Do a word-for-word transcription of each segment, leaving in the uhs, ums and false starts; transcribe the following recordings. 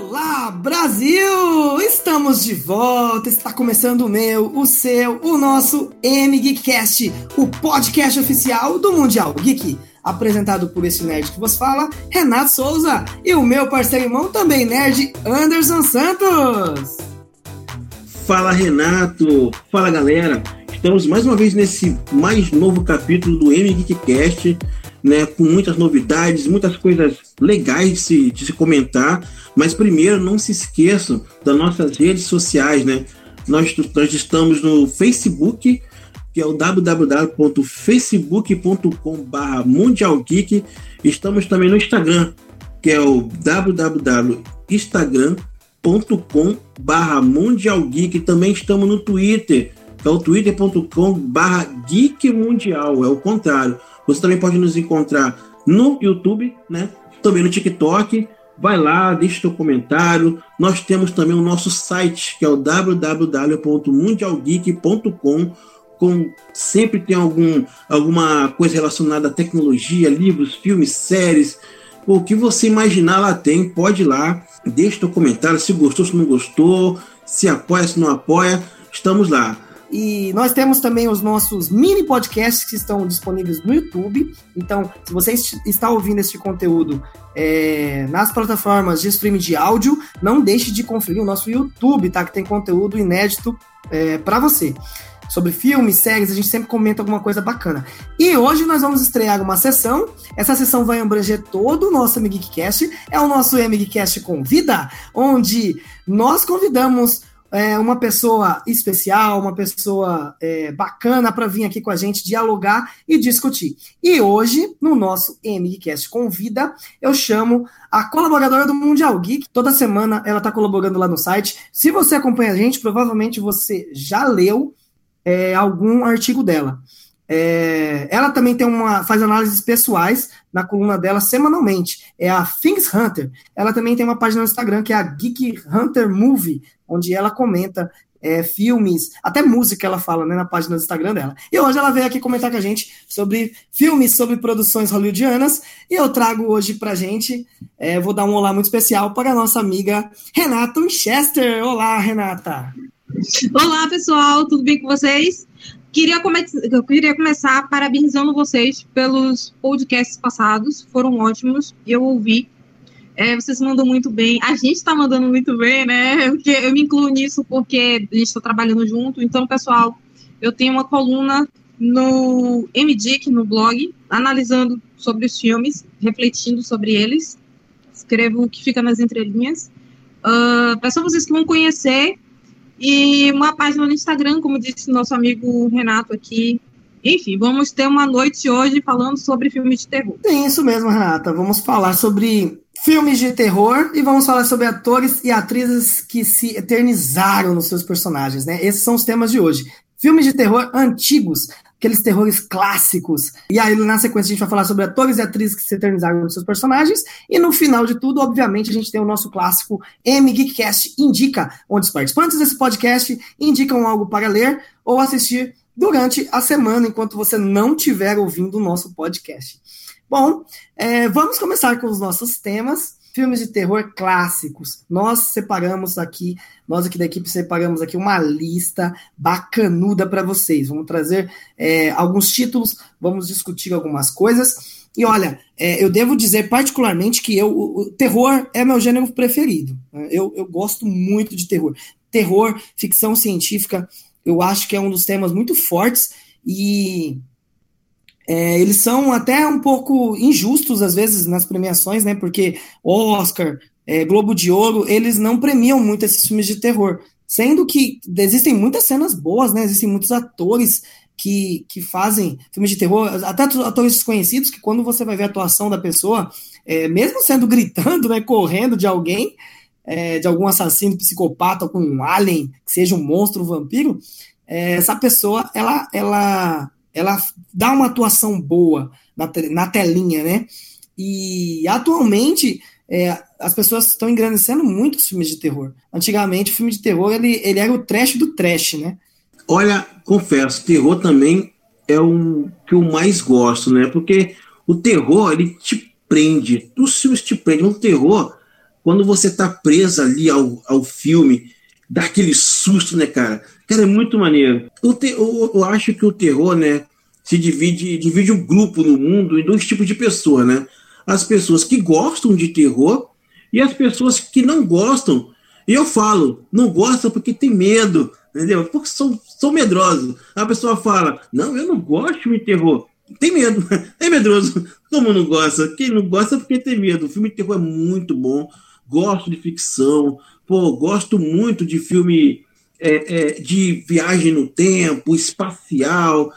Olá, Brasil! Estamos de volta, está começando o meu, o seu, o nosso MGeekcast, o podcast oficial do Mundial Geek, apresentado por esse nerd que vos fala, Renato Souza, e o meu parceiro irmão também nerd, Anderson Santos. Fala, Renato! Fala, galera! Estamos mais uma vez nesse mais novo capítulo do MGeekcast, né, com muitas novidades, muitas coisas legais de se, de se comentar, mas primeiro não se esqueçam das nossas redes sociais, né? Nós, nós estamos no Facebook, que é o w w w ponto facebook ponto com barra mundial geek. Estamos também no Instagram, que é o w w w ponto instagram ponto com barra mundial geek. Também estamos no Twitter, que é o twitter ponto com barra geek mundial, é o contrário. Você também pode nos encontrar no YouTube, né? Também no TikTok. Vai lá, deixa seu comentário. Nós temos também o nosso site, que é o w w w ponto mundial geek ponto com. Com sempre tem algum, alguma coisa relacionada à tecnologia, livros, filmes, séries. O que você imaginar lá tem, pode ir lá. Deixa seu comentário, se gostou, se não gostou, se apoia, se não apoia. Estamos lá. E nós temos também os nossos mini podcasts que estão disponíveis no YouTube. Então, se você está ouvindo este conteúdo é, nas plataformas de streaming de áudio, não deixe de conferir o nosso YouTube, tá? Que tem conteúdo inédito é, para você. Sobre filmes, séries, a gente sempre comenta alguma coisa bacana. E hoje nós vamos estrear uma sessão. Essa sessão vai abranger todo o nosso MGeekcast. É o nosso MGeekcast Convida, onde nós convidamos É uma pessoa especial, uma pessoa é, bacana para vir aqui com a gente dialogar e discutir. E hoje, no nosso MGeekcast Convida, eu chamo a colaboradora do Mundial Geek. Toda semana ela está colaborando lá no site. Se você acompanha a gente, provavelmente você já leu é, algum artigo dela. É, ela também tem uma, faz análises pessoais na coluna dela semanalmente, é a Things Hunter. Ela também tem uma página no Instagram que é a Geek Hunter Movie, onde ela comenta é, filmes, até música ela fala, né, na página do Instagram dela. E hoje ela veio aqui comentar com a gente sobre filmes, sobre produções hollywoodianas, e eu trago hoje pra gente, é, vou dar um olá muito especial para a nossa amiga Renata Winchester. Olá, Renata! Olá, pessoal, tudo bem com vocês? Queria, come- eu queria começar parabenizando vocês pelos podcasts passados, foram ótimos, eu ouvi, é, vocês mandam muito bem, a gente está mandando muito bem, né, eu, eu me incluo nisso porque a gente está trabalhando junto. Então, pessoal, eu tenho uma coluna no MGeek, no blog, analisando sobre os filmes, refletindo sobre eles, escrevo o que fica nas entrelinhas, uh, para só vocês que vão conhecer. E uma página no Instagram, como disse nosso amigo Renato aqui. Enfim, vamos ter uma noite hoje falando sobre filmes de terror. É isso mesmo, Renata. Vamos falar sobre filmes de terror e vamos falar sobre atores e atrizes que se eternizaram nos seus personagens, né? Esses são os temas de hoje. Filmes de terror antigos, aqueles terrores clássicos. E aí, na sequência, a gente vai falar sobre atores e atrizes que se eternizaram nos seus personagens. E no final de tudo, obviamente, a gente tem o nosso clássico MGeekcast Indica, onde os participantes desse podcast indicam algo para ler ou assistir durante a semana, enquanto você não estiver ouvindo o nosso podcast. Bom, é, vamos começar com os nossos temas. Filmes de terror clássicos. Nós separamos aqui, nós aqui da equipe separamos aqui uma lista bacanuda para vocês. Vamos trazer é, alguns títulos, vamos discutir algumas coisas. E olha, é, eu devo dizer particularmente que eu, o, o terror é meu gênero preferido. Eu, eu gosto muito de terror. Terror, ficção científica, eu acho que é um dos temas muito fortes e... É, eles são até um pouco injustos, às vezes, nas premiações, né? Porque Oscar, é, Globo de Ouro, eles não premiam muito esses filmes de terror. Sendo que existem muitas cenas boas, né? Existem muitos atores que, que fazem filmes de terror, até atores desconhecidos, que quando você vai ver a atuação da pessoa, é, mesmo sendo gritando, né? Correndo de alguém, é, de algum assassino, psicopata, com um alien, que seja um monstro, um vampiro, é, essa pessoa, ela... ela ela dá uma atuação boa na, te- na telinha, né? E atualmente é, as pessoas estão engrandecendo muito os filmes de terror. Antigamente o filme de terror ele, ele era o trash do trash, né? Olha, confesso, terror também é o que eu mais gosto, né? Porque o terror, ele te prende. Os filmes te prendem. O terror, quando você tá preso ali ao, ao filme, dá aquele susto, né, cara? Cara, é muito maneiro. Eu, te, eu, eu acho que o terror, né, se divide, divide um grupo no mundo em dois tipos de pessoas, né? As pessoas que gostam de terror e as pessoas que não gostam. E eu falo, não gosta porque tem medo, entendeu? Porque são, são medrosos. A pessoa fala, não, eu não gosto de terror. Tem medo, é medroso. Como não gosta? Quem não gosta é porque tem medo. O filme de terror é muito bom. Gosto de ficção. Pô, gosto muito de filme é, é, de viagem no tempo, espacial.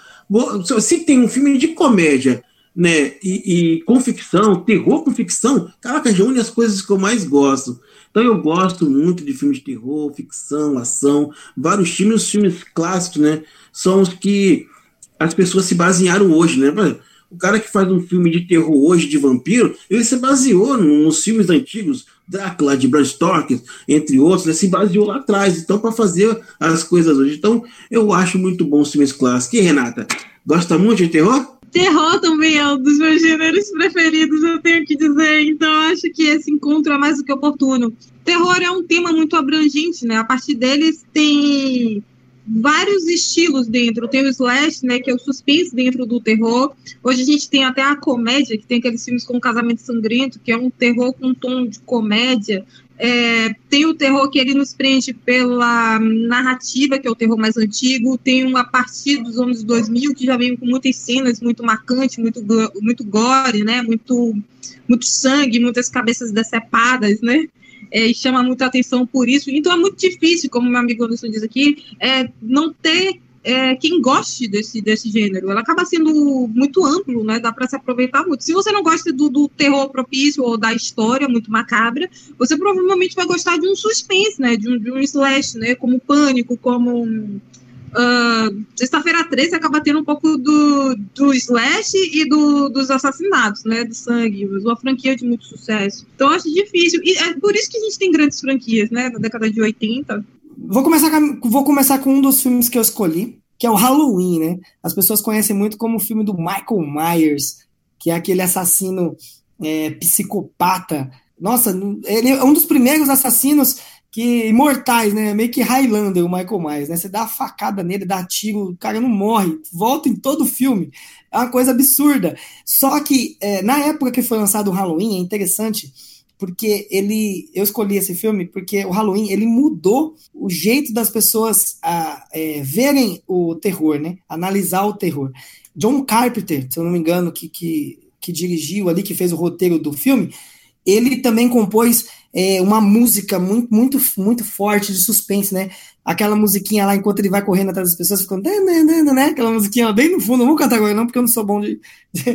Se tem um filme de comédia, né, e, e com ficção, terror com ficção, caraca, já une as coisas que eu mais gosto. Então eu gosto muito de filmes de terror, ficção, ação, vários filmes, os filmes clássicos, né, são os que as pessoas se basearam hoje, né? O cara que faz um filme de terror hoje de vampiro, ele se baseou nos filmes antigos, Drácula, de Bram Stoker, entre outros, né? Se baseou lá atrás, então, para fazer as coisas hoje. Então, eu acho muito bom os filmes clássicos. E Renata, gosta muito de terror? Terror também é um dos meus gêneros preferidos, eu tenho que dizer, então acho que esse encontro é mais do que oportuno. Terror é um tema muito abrangente, né? A partir deles tem vários estilos dentro. Tem o slash, né, que é o suspense dentro do terror. Hoje a gente tem até a comédia, que tem aqueles filmes como Casamento Sangrento, que é um terror com um tom de comédia. É, tem o terror que ele nos prende pela narrativa, que é o terror mais antigo. Tem um a partir dos anos dois mil, que já vem com muitas cenas, muito marcante, muito, muito gore, né, muito, muito sangue, muitas cabeças decepadas, né? É, e chama muita atenção por isso. Então é muito difícil, como meu amigo Anderson diz aqui, é, não ter é, quem goste desse, desse gênero. Ela acaba sendo muito amplo, né? Dá para se aproveitar muito. Se você não gosta do, do terror propício ou da história muito macabra, você provavelmente vai gostar de um suspense, né? De um, de um slash, né? Como Pânico, como Uh, Sexta-feira treze acaba tendo um pouco do, do slash e do, dos assassinatos, né, do sangue, uma franquia de muito sucesso. Então eu acho difícil, e é por isso que a gente tem grandes franquias, né, na década de oitenta. Vou começar com, vou começar com um dos filmes que eu escolhi, que é o Halloween, né? As pessoas conhecem muito como o filme do Michael Myers, que é aquele assassino é, psicopata. Nossa, ele é um dos primeiros assassinos que imortais, né? Meio que Highlander, o Michael Myers, né? Você dá a facada nele, dá tiro, o cara não morre, volta em todo o filme. É uma coisa absurda. Só que, é, na época que foi lançado o Halloween, é interessante, porque ele, eu escolhi esse filme porque o Halloween, ele mudou o jeito das pessoas a, é, verem o terror, né? Analisar o terror. John Carpenter, se eu não me engano, que, que, que dirigiu ali, que fez o roteiro do filme, ele também compôs é, uma música muito, muito, muito forte de suspense, né? Aquela musiquinha lá, enquanto ele vai correndo atrás das pessoas, ficando, né? Aquela musiquinha bem no fundo, não vou cantar agora não, porque eu não sou bom de,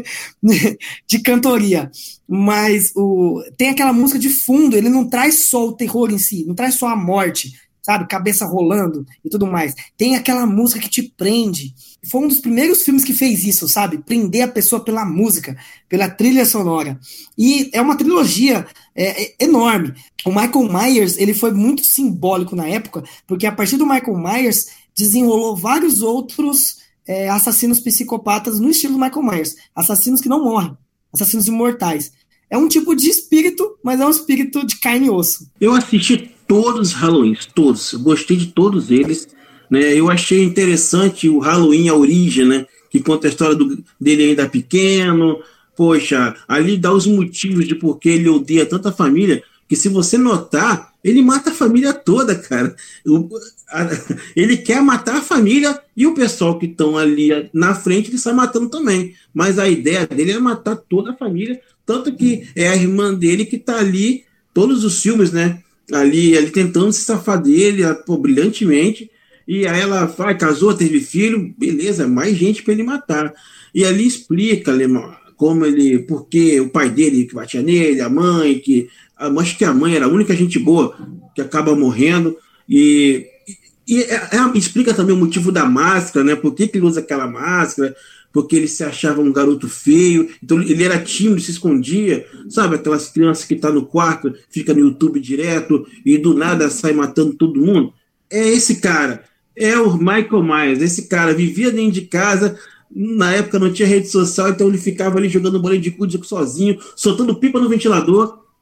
de, de cantoria. Mas o, tem aquela música de fundo, ele não traz só o terror em si, não traz só a morte, sabe? Cabeça rolando e tudo mais. Tem aquela música que te prende. Foi um dos primeiros filmes que fez isso, sabe? Prender a pessoa pela música, pela trilha sonora. E é uma trilogia é, é, enorme. O Michael Myers, ele foi muito simbólico na época, porque a partir do Michael Myers desenrolou vários outros é, assassinos psicopatas no estilo do Michael Myers. Assassinos que não morrem, assassinos imortais. É um tipo de espírito, mas é um espírito de carne e osso. Eu assisti todos os Halloweens, todos. Eu gostei de todos eles. Né? Eu achei interessante o Halloween, a origem, né? Que conta a história do, dele ainda pequeno. Poxa, ali dá os motivos de por que ele odeia tanta família, que se você notar, ele mata a família toda, cara. O, a, ele quer matar a família e o pessoal que estão ali na frente, ele sai matando também. Mas a ideia dele é matar toda a família, tanto que é a irmã dele que está ali, todos os filmes, né? Ali, ali tentando se safar dele, pô, brilhantemente. E aí ela vai, casou, teve filho, beleza, mais gente para ele matar. E ali explica, Alemão, como ele, porque o pai dele que batia nele, a mãe, que acho que a mãe era a única gente boa que acaba morrendo. E, e é, é, explica também o motivo da máscara, né? Por que, que ele usa aquela máscara? Porque ele se achava um garoto feio, então ele era tímido, se escondia, sabe? Aquelas crianças que tá no quarto, fica no YouTube direto e do nada sai matando todo mundo. É esse cara. É o Michael Myers, esse cara vivia dentro de casa, na época não tinha rede social, então ele ficava ali jogando bolinha de gude sozinho, soltando pipa no ventilador,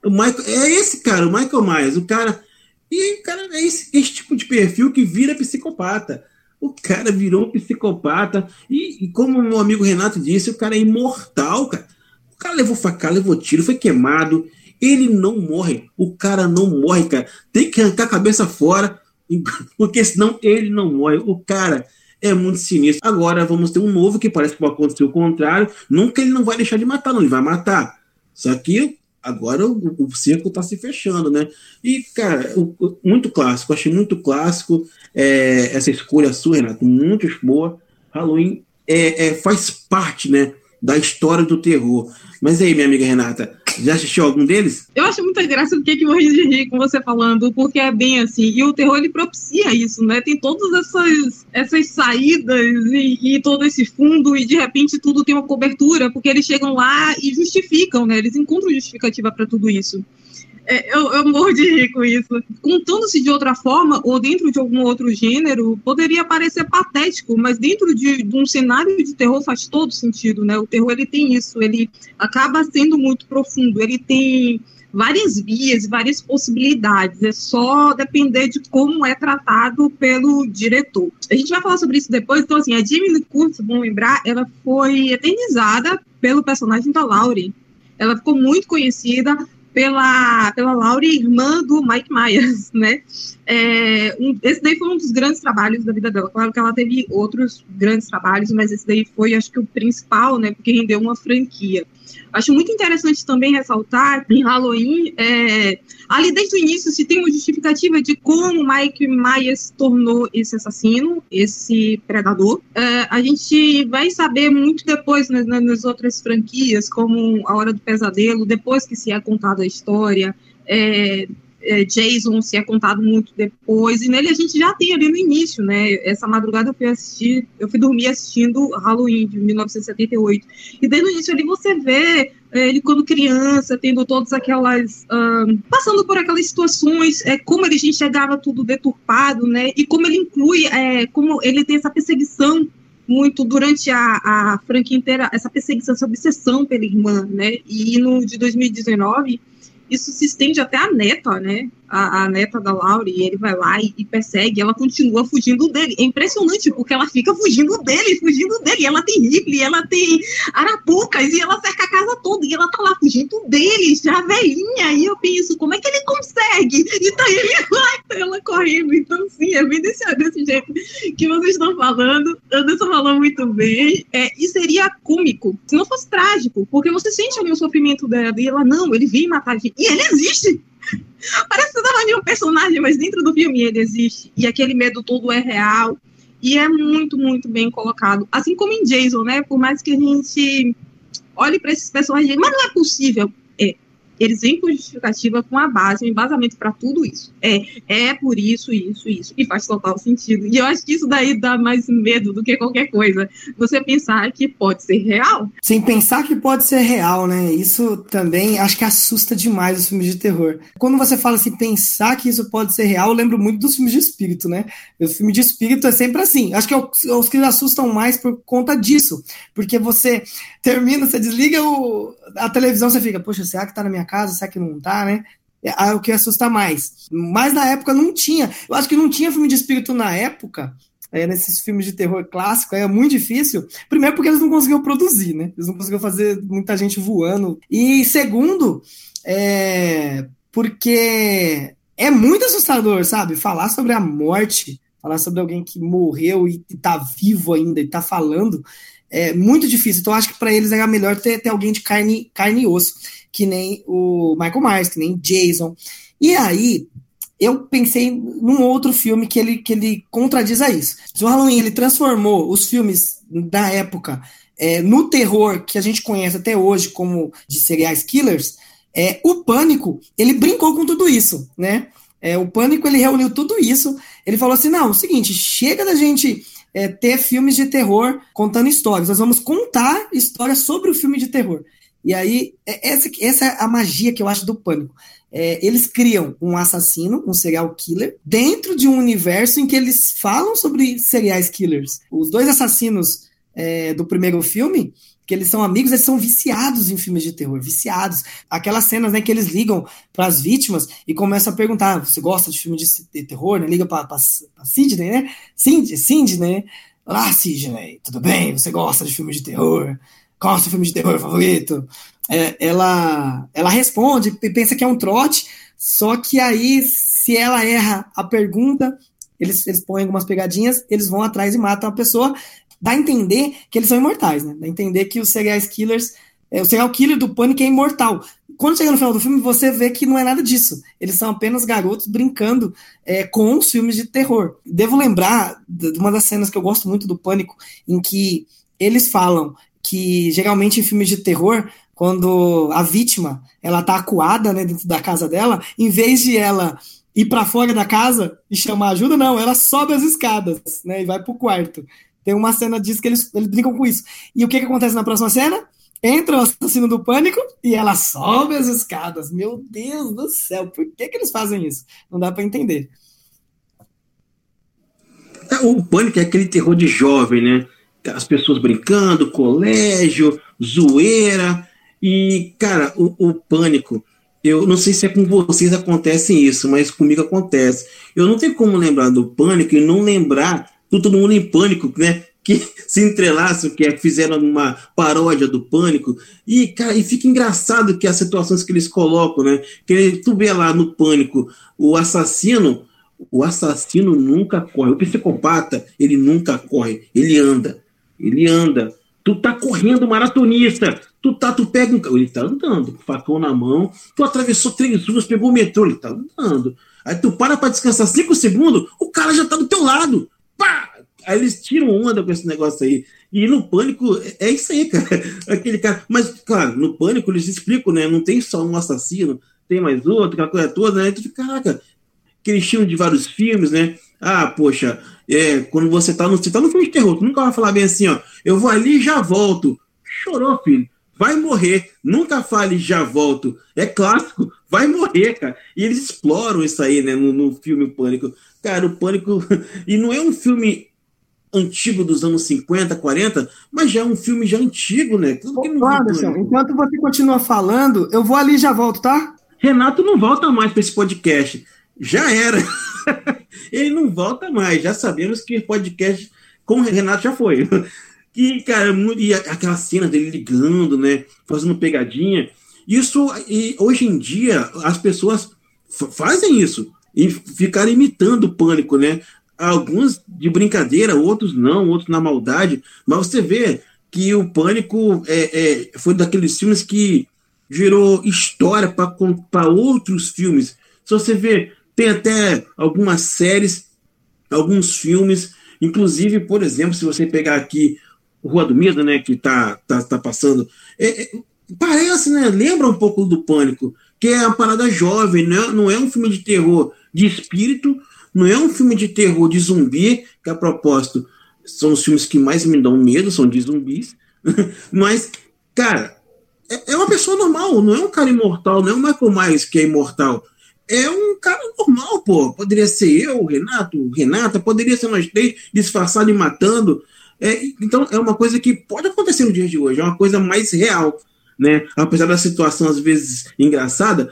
O Michael, é esse cara, o Michael Myers, o cara... E o cara é esse, esse tipo de perfil que vira psicopata. O cara virou um psicopata. E, e como o meu amigo Renato disse, o cara é imortal, cara. O cara levou facada, levou tiro, foi queimado. Ele não morre. O cara não morre, cara. Tem que arrancar a cabeça fora, porque senão ele não morre. O cara é muito sinistro. Agora vamos ter um novo que parece que vai acontecer o contrário. Nunca ele não vai deixar de matar, não. Ele vai matar. Só que agora o, o cerco tá se fechando, né? E, cara, o, o, muito clássico. Achei muito clássico é, essa escolha sua, Renato. Muito boa. Halloween é, é, faz parte, né, da história do terror. Mas aí, minha amiga Renata, já assistiu algum deles? Eu acho muita graça do que que morri de rir com você falando, porque é bem assim, e o terror ele propicia isso, né? Tem todas essas, essas saídas e, e todo esse fundo, e de repente tudo tem uma cobertura, porque eles chegam lá e justificam, né? Eles encontram justificativa para tudo isso. É, eu, eu morro de rir com isso. Contando-se de outra forma, ou dentro de algum outro gênero, poderia parecer patético, mas dentro de, de um cenário de terror faz todo sentido, né? O terror, ele tem isso, ele acaba sendo muito profundo, ele tem várias vias, várias possibilidades, é só depender de como é tratado pelo diretor. A gente vai falar sobre isso depois, então assim, a Jamie Lee Curtis, vamos lembrar, ela foi eternizada pelo personagem da Laurie. Ela ficou muito conhecida pela, pela Laurie, irmã do Mike Myers, né? É, um, esse daí foi um dos grandes trabalhos da vida dela. Claro que ela teve outros grandes trabalhos, mas esse daí foi, acho que, o principal, né? Porque rendeu uma franquia. Acho muito interessante também ressaltar em Halloween, é, ali desde o início se tem uma justificativa de como Mike Myers se tornou esse assassino, esse predador. É, a gente vai saber muito depois, né, nas outras franquias, como A Hora do Pesadelo, depois que se é contada a história, é, é, Jason se é contado muito depois, e nele a gente já tem ali no início, né? Essa madrugada eu fui assistir, eu fui dormir assistindo Halloween de mil novecentos e setenta e oito, e desde o início ali você vê é, ele quando criança, tendo todas aquelas, um, passando por aquelas situações, é, como ele enxergava tudo deturpado, né? E como ele inclui, é, como ele tem essa perseguição muito durante a, a franquia inteira, essa perseguição, essa obsessão pela irmã, né? E no de dois mil e dezenove isso se estende até a neta, né? A, a neta da Laurie, e ele vai lá e, e persegue, ela continua fugindo dele. É impressionante, porque ela fica fugindo dele, fugindo dele. Ela tem Ripley, ela tem arapucas, e ela cerca a casa toda, e ela tá lá fugindo dele, já velhinha. E eu penso, como é que ele consegue? E tá ele lá, ela correndo. Então, sim, é bem desse, desse jeito que vocês estão falando. Anderson falou muito bem. É, e seria cômico, se não fosse trágico, porque você sente ali o sofrimento dela, e ela, não, ele veio matar a gente. E ele existe. Parece que não é nenhum personagem, mas dentro do filme ele existe. E aquele medo todo é real. E é muito, muito bem colocado. Assim como em Jason, né? Por mais que a gente olhe para esses personagens, mas não é possível. É. Eles vêm com justificativa, com a base, um embasamento para tudo isso. É, é por isso, isso, isso. E faz total sentido. E eu acho que isso daí dá mais medo do que qualquer coisa. Você pensar que pode ser real. Sim, pensar que pode ser real, né? Isso também acho que assusta demais os filmes de terror. Quando você fala assim, pensar que isso pode ser real, eu lembro muito dos filmes de espírito, né? O filme de espírito é sempre assim. Acho que é os que assustam mais por conta disso. Porque você termina, você desliga o, a televisão, você fica, poxa, será que tá na minha casa? Será que não tá, né? É o que assusta mais. Mas na época não tinha. Eu acho que não tinha filme de espírito na época, é, nesses filmes de terror clássico, é muito difícil. Primeiro porque eles não conseguiam produzir, né? Eles não conseguiam fazer muita gente voando. E segundo, é, porque é muito assustador, sabe? Falar sobre a morte, falar sobre alguém que morreu e, e tá vivo ainda e tá falando, é muito difícil. Então acho que para eles era melhor ter, ter alguém de carne, carne e osso, que nem o Michael Myers, que nem Jason. E aí, eu pensei num outro filme que ele, que ele contradiz a isso. O Halloween, ele transformou os filmes da época é, no terror que a gente conhece até hoje como de serial killers. É, o Pânico, ele brincou com tudo isso, né? É, o Pânico, ele reuniu tudo isso. Ele falou assim, não, é o seguinte, chega da gente é, ter filmes de terror contando histórias. Nós vamos contar histórias sobre o filme de terror. E aí, essa, essa é a magia que eu acho do Pânico. É, eles criam um assassino, um serial killer, dentro de um universo em que eles falam sobre serial killers. Os dois assassinos é, do primeiro filme, que eles são amigos, eles são viciados em filmes de terror, viciados. Aquelas cenas, né, que eles ligam para as vítimas e começam a perguntar, você gosta de filme de, de terror? Né? Liga para Sidney, né? Cindy, Cindy, né? Olá, Sidney, tudo bem? Você gosta de filme de terror? Qual é o seu filme de terror favorito? É, ela, ela responde e pensa que é um trote, só que aí, se ela erra a pergunta, eles, eles põem algumas pegadinhas, eles vão atrás e matam a pessoa. Dá a entender que eles são imortais, né? Dá a entender que os serial killers, é, o serial killer do Pânico é imortal. Quando chega no final do filme, você vê que não é nada disso. Eles são apenas garotos brincando é, com os filmes de terror. Devo lembrar de uma das cenas que eu gosto muito do Pânico, em que eles falam que, geralmente, em filmes de terror, quando a vítima ela tá acuada, né, dentro da casa dela, em vez de ela ir para fora da casa e chamar ajuda, não, ela sobe as escadas, né, e vai pro quarto. Tem uma cena disso que eles, eles brincam com isso. E o que, que acontece na próxima cena? Entra o assassino do Pânico e ela sobe as escadas. Meu Deus do céu, por que, que eles fazem isso? Não dá para entender. O Pânico é aquele terror de jovem, né? As pessoas brincando, colégio, zoeira. E, cara, o, o Pânico, eu não sei se é com vocês acontece isso, mas comigo acontece. Eu não tenho como lembrar do Pânico e não lembrar Todo Mundo em Pânico, né? Que se entrelaçam, que fizeram uma paródia do Pânico. E, cara, e fica engraçado que as situações que eles colocam, né? Que tu vê lá no Pânico, o assassino, o assassino nunca corre. O psicopata, ele nunca corre. Ele anda. Ele anda. Tu tá correndo, maratonista. Tu tá, tu pega um... Ele tá andando, com o facão na mão. Tu atravessou três ruas, pegou o metrô. Ele tá andando. Aí tu para pra descansar cinco segundos, o cara já tá do teu lado. Pá! Aí eles tiram onda com esse negócio aí. E no Pânico, é isso aí, cara. Aquele cara. Mas, claro, no Pânico eles explicam, né? Não tem só um assassino, tem mais outro, aquela coisa toda, né? Tu fica, caraca, aquele estilo de vários filmes, né? Ah, poxa, é, quando você tá no, você tá no filme de terror, tu nunca vai falar bem assim, ó. Eu vou ali e já volto. Chorou, filho. Vai morrer. Nunca fale já volto. É clássico. Vai morrer, cara. E eles exploram isso aí, né? No, no filme Pânico. Cara, o Pânico... E não é um filme antigo dos anos cinquenta, quarenta, mas já é um filme já antigo, né? Tudo que não Anderson, enquanto você continua falando, eu vou ali e já volto, tá? Renato não volta mais para esse podcast. Já era. Ele não volta mais. Já sabemos que podcast com o Renato já foi. E, cara, e aquela cena dele ligando, né? Fazendo pegadinha. Isso, e hoje em dia, as pessoas fazem isso. E ficaram imitando o Pânico, né? Alguns de brincadeira, outros não, outros na maldade. Mas você vê que o Pânico é, é, foi daqueles filmes que gerou história para outros filmes. Se você vê, tem até algumas séries, alguns filmes. Inclusive, por exemplo, se você pegar aqui Rua do Medo, né, que tá, tá, tá passando, é, é, parece, né, lembra um pouco do Pânico, que é uma parada jovem, né, não é um filme de terror de espírito, não é um filme de terror de zumbi, que a propósito são os filmes que mais me dão medo, são de zumbis, mas, cara, é, é uma pessoa normal, não é um cara imortal, não é o Michael Myers que é imortal, é um cara normal, pô, poderia ser eu, o Renato, o Renata, poderia ser nós três, disfarçado e matando. É, então, é uma coisa que pode acontecer no dia de hoje, é uma coisa mais real, né? Apesar da situação, às vezes, engraçada,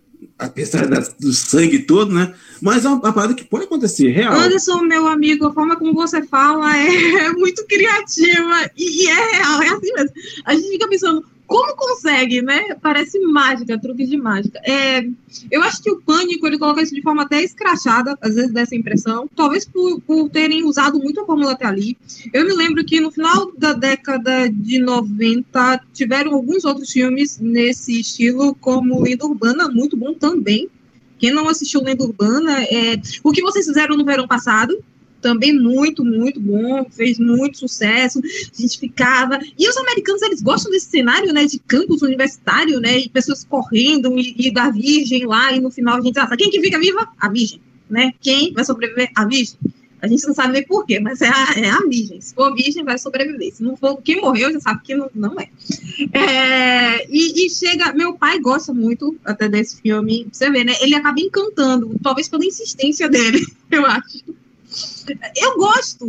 apesar da, do sangue todo, né? Mas é uma, uma parada que pode acontecer, real. Anderson, meu amigo, a forma como você fala é, é muito criativa e, e é real, é assim mesmo. A gente fica pensando, como consegue, né? Parece mágica, truque de mágica. É, eu acho que o Pânico, ele coloca isso de forma até escrachada, às vezes dessa impressão, talvez por, por terem usado muito a fórmula até ali. Eu me lembro que no final da década de noventa, tiveram alguns outros filmes nesse estilo, como Lenda Urbana, muito bom também. Quem não assistiu Lenda Urbana, é o que vocês fizeram no verão passado, também muito, muito bom, fez muito sucesso, a gente ficava... E os americanos, eles gostam desse cenário, né, de campus universitário, né, e pessoas correndo, e, e da virgem lá, e no final a gente sabe, quem que fica viva? A virgem, né? Quem vai sobreviver? A virgem. A gente não sabe nem por quê, mas é a, é a virgem. Se for virgem, vai sobreviver. Se não for, quem morreu, já sabe que não, não é. é e, e chega... Meu pai gosta muito até desse filme, você vê, né? Ele acaba encantando, talvez pela insistência dele, eu acho. Eu gosto,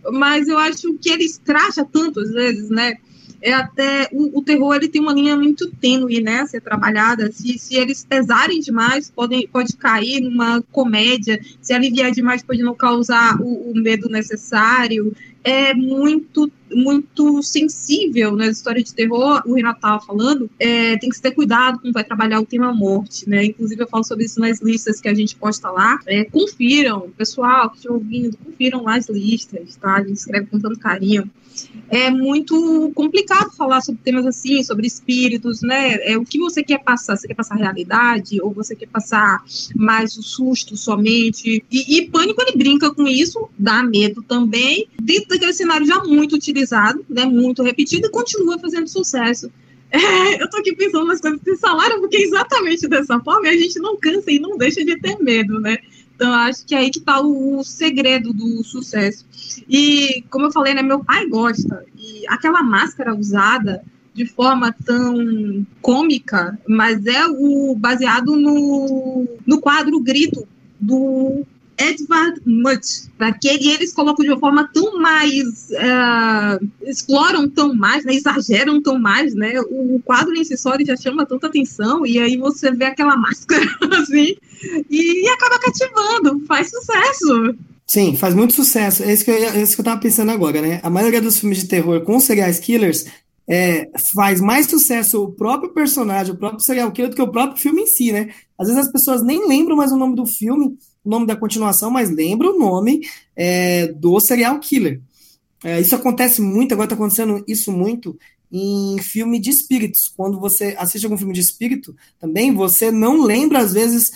mas eu acho que ele escracha tanto, às vezes, né? É até, o, o terror, ele tem uma linha muito tênue, né, a ser trabalhada. Se, se eles pesarem demais, podem, pode cair numa comédia. Se aliviar demais, pode não causar o, o medo necessário. É muito, muito sensível nas histórias de terror. O Renato estava falando, é, tem que se ter cuidado quando vai trabalhar o tema morte, né? Inclusive, eu falo sobre isso nas listas que a gente posta lá. É, confiram, pessoal que está ouvindo, confiram lá as listas, tá? A gente escreve com tanto carinho. É muito complicado falar sobre temas assim, sobre espíritos, né? É, o que você quer passar? Você quer passar realidade? Ou você quer passar mais o susto somente? E, e Pânico, ele brinca com isso, dá medo também, dentro daquele cenário já muito utilizado, né? Muito repetido, e continua fazendo sucesso. É, eu tô aqui pensando nas coisas que vocês falaram, porque é exatamente dessa forma, a gente não cansa e não deixa de ter medo, né? Então, acho que é aí que está o, o segredo do sucesso. E, como eu falei, né, meu pai gosta. E aquela máscara usada de forma tão cômica, mas é o baseado no, no quadro Grito, do Edvard Munch, daquele, eles colocam de uma forma tão mais, uh, exploram tão mais, né, exageram tão mais, né, o, o quadro em si só ele já chama tanta atenção, e aí você vê aquela máscara assim, e, e acaba cativando, faz sucesso. Sim, faz muito sucesso, é isso que eu, é isso que eu tava pensando agora, né, a maioria dos filmes de terror com serial killers é, faz mais sucesso o próprio personagem, o próprio serial killer, do que o próprio filme em si, né, às vezes as pessoas nem lembram mais o nome do filme, o nome da continuação, mas lembra o nome é, do serial killer. É, isso acontece muito, agora está acontecendo isso muito em filme de espíritos. Quando você assiste algum filme de espírito, também você não lembra, às vezes,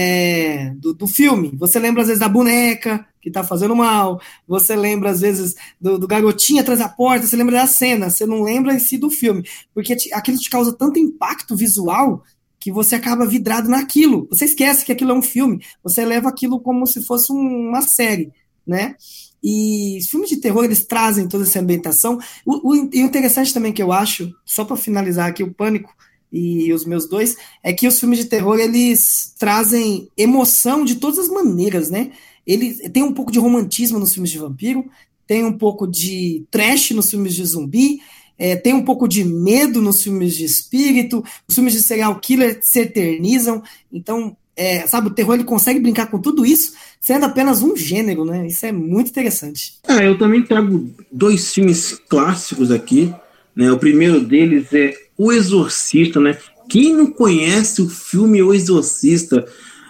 é, do, do filme. Você lembra, às vezes, da boneca que está fazendo mal, você lembra, às vezes, do, do garotinho atrás da porta, você lembra da cena, você não lembra em si do filme, porque te, aquilo te causa tanto impacto visual que você acaba vidrado naquilo. Você esquece que aquilo é um filme. Você leva aquilo como se fosse um, uma série, né? E os filmes de terror, eles trazem toda essa ambientação. O, o, e o interessante também que eu acho, só para finalizar aqui o Pânico e os meus dois, é que os filmes de terror, eles trazem emoção de todas as maneiras, né? Ele tem um pouco de romantismo nos filmes de vampiro, tem um pouco de trash nos filmes de zumbi, É, tem um pouco de medo nos filmes de espírito, os filmes de serial killer se eternizam, então, é, sabe, o terror ele consegue brincar com tudo isso, sendo apenas um gênero, né? Isso é muito interessante. É, eu também trago dois filmes clássicos aqui, né? O primeiro deles é O Exorcista, né? Quem não conhece o filme O Exorcista?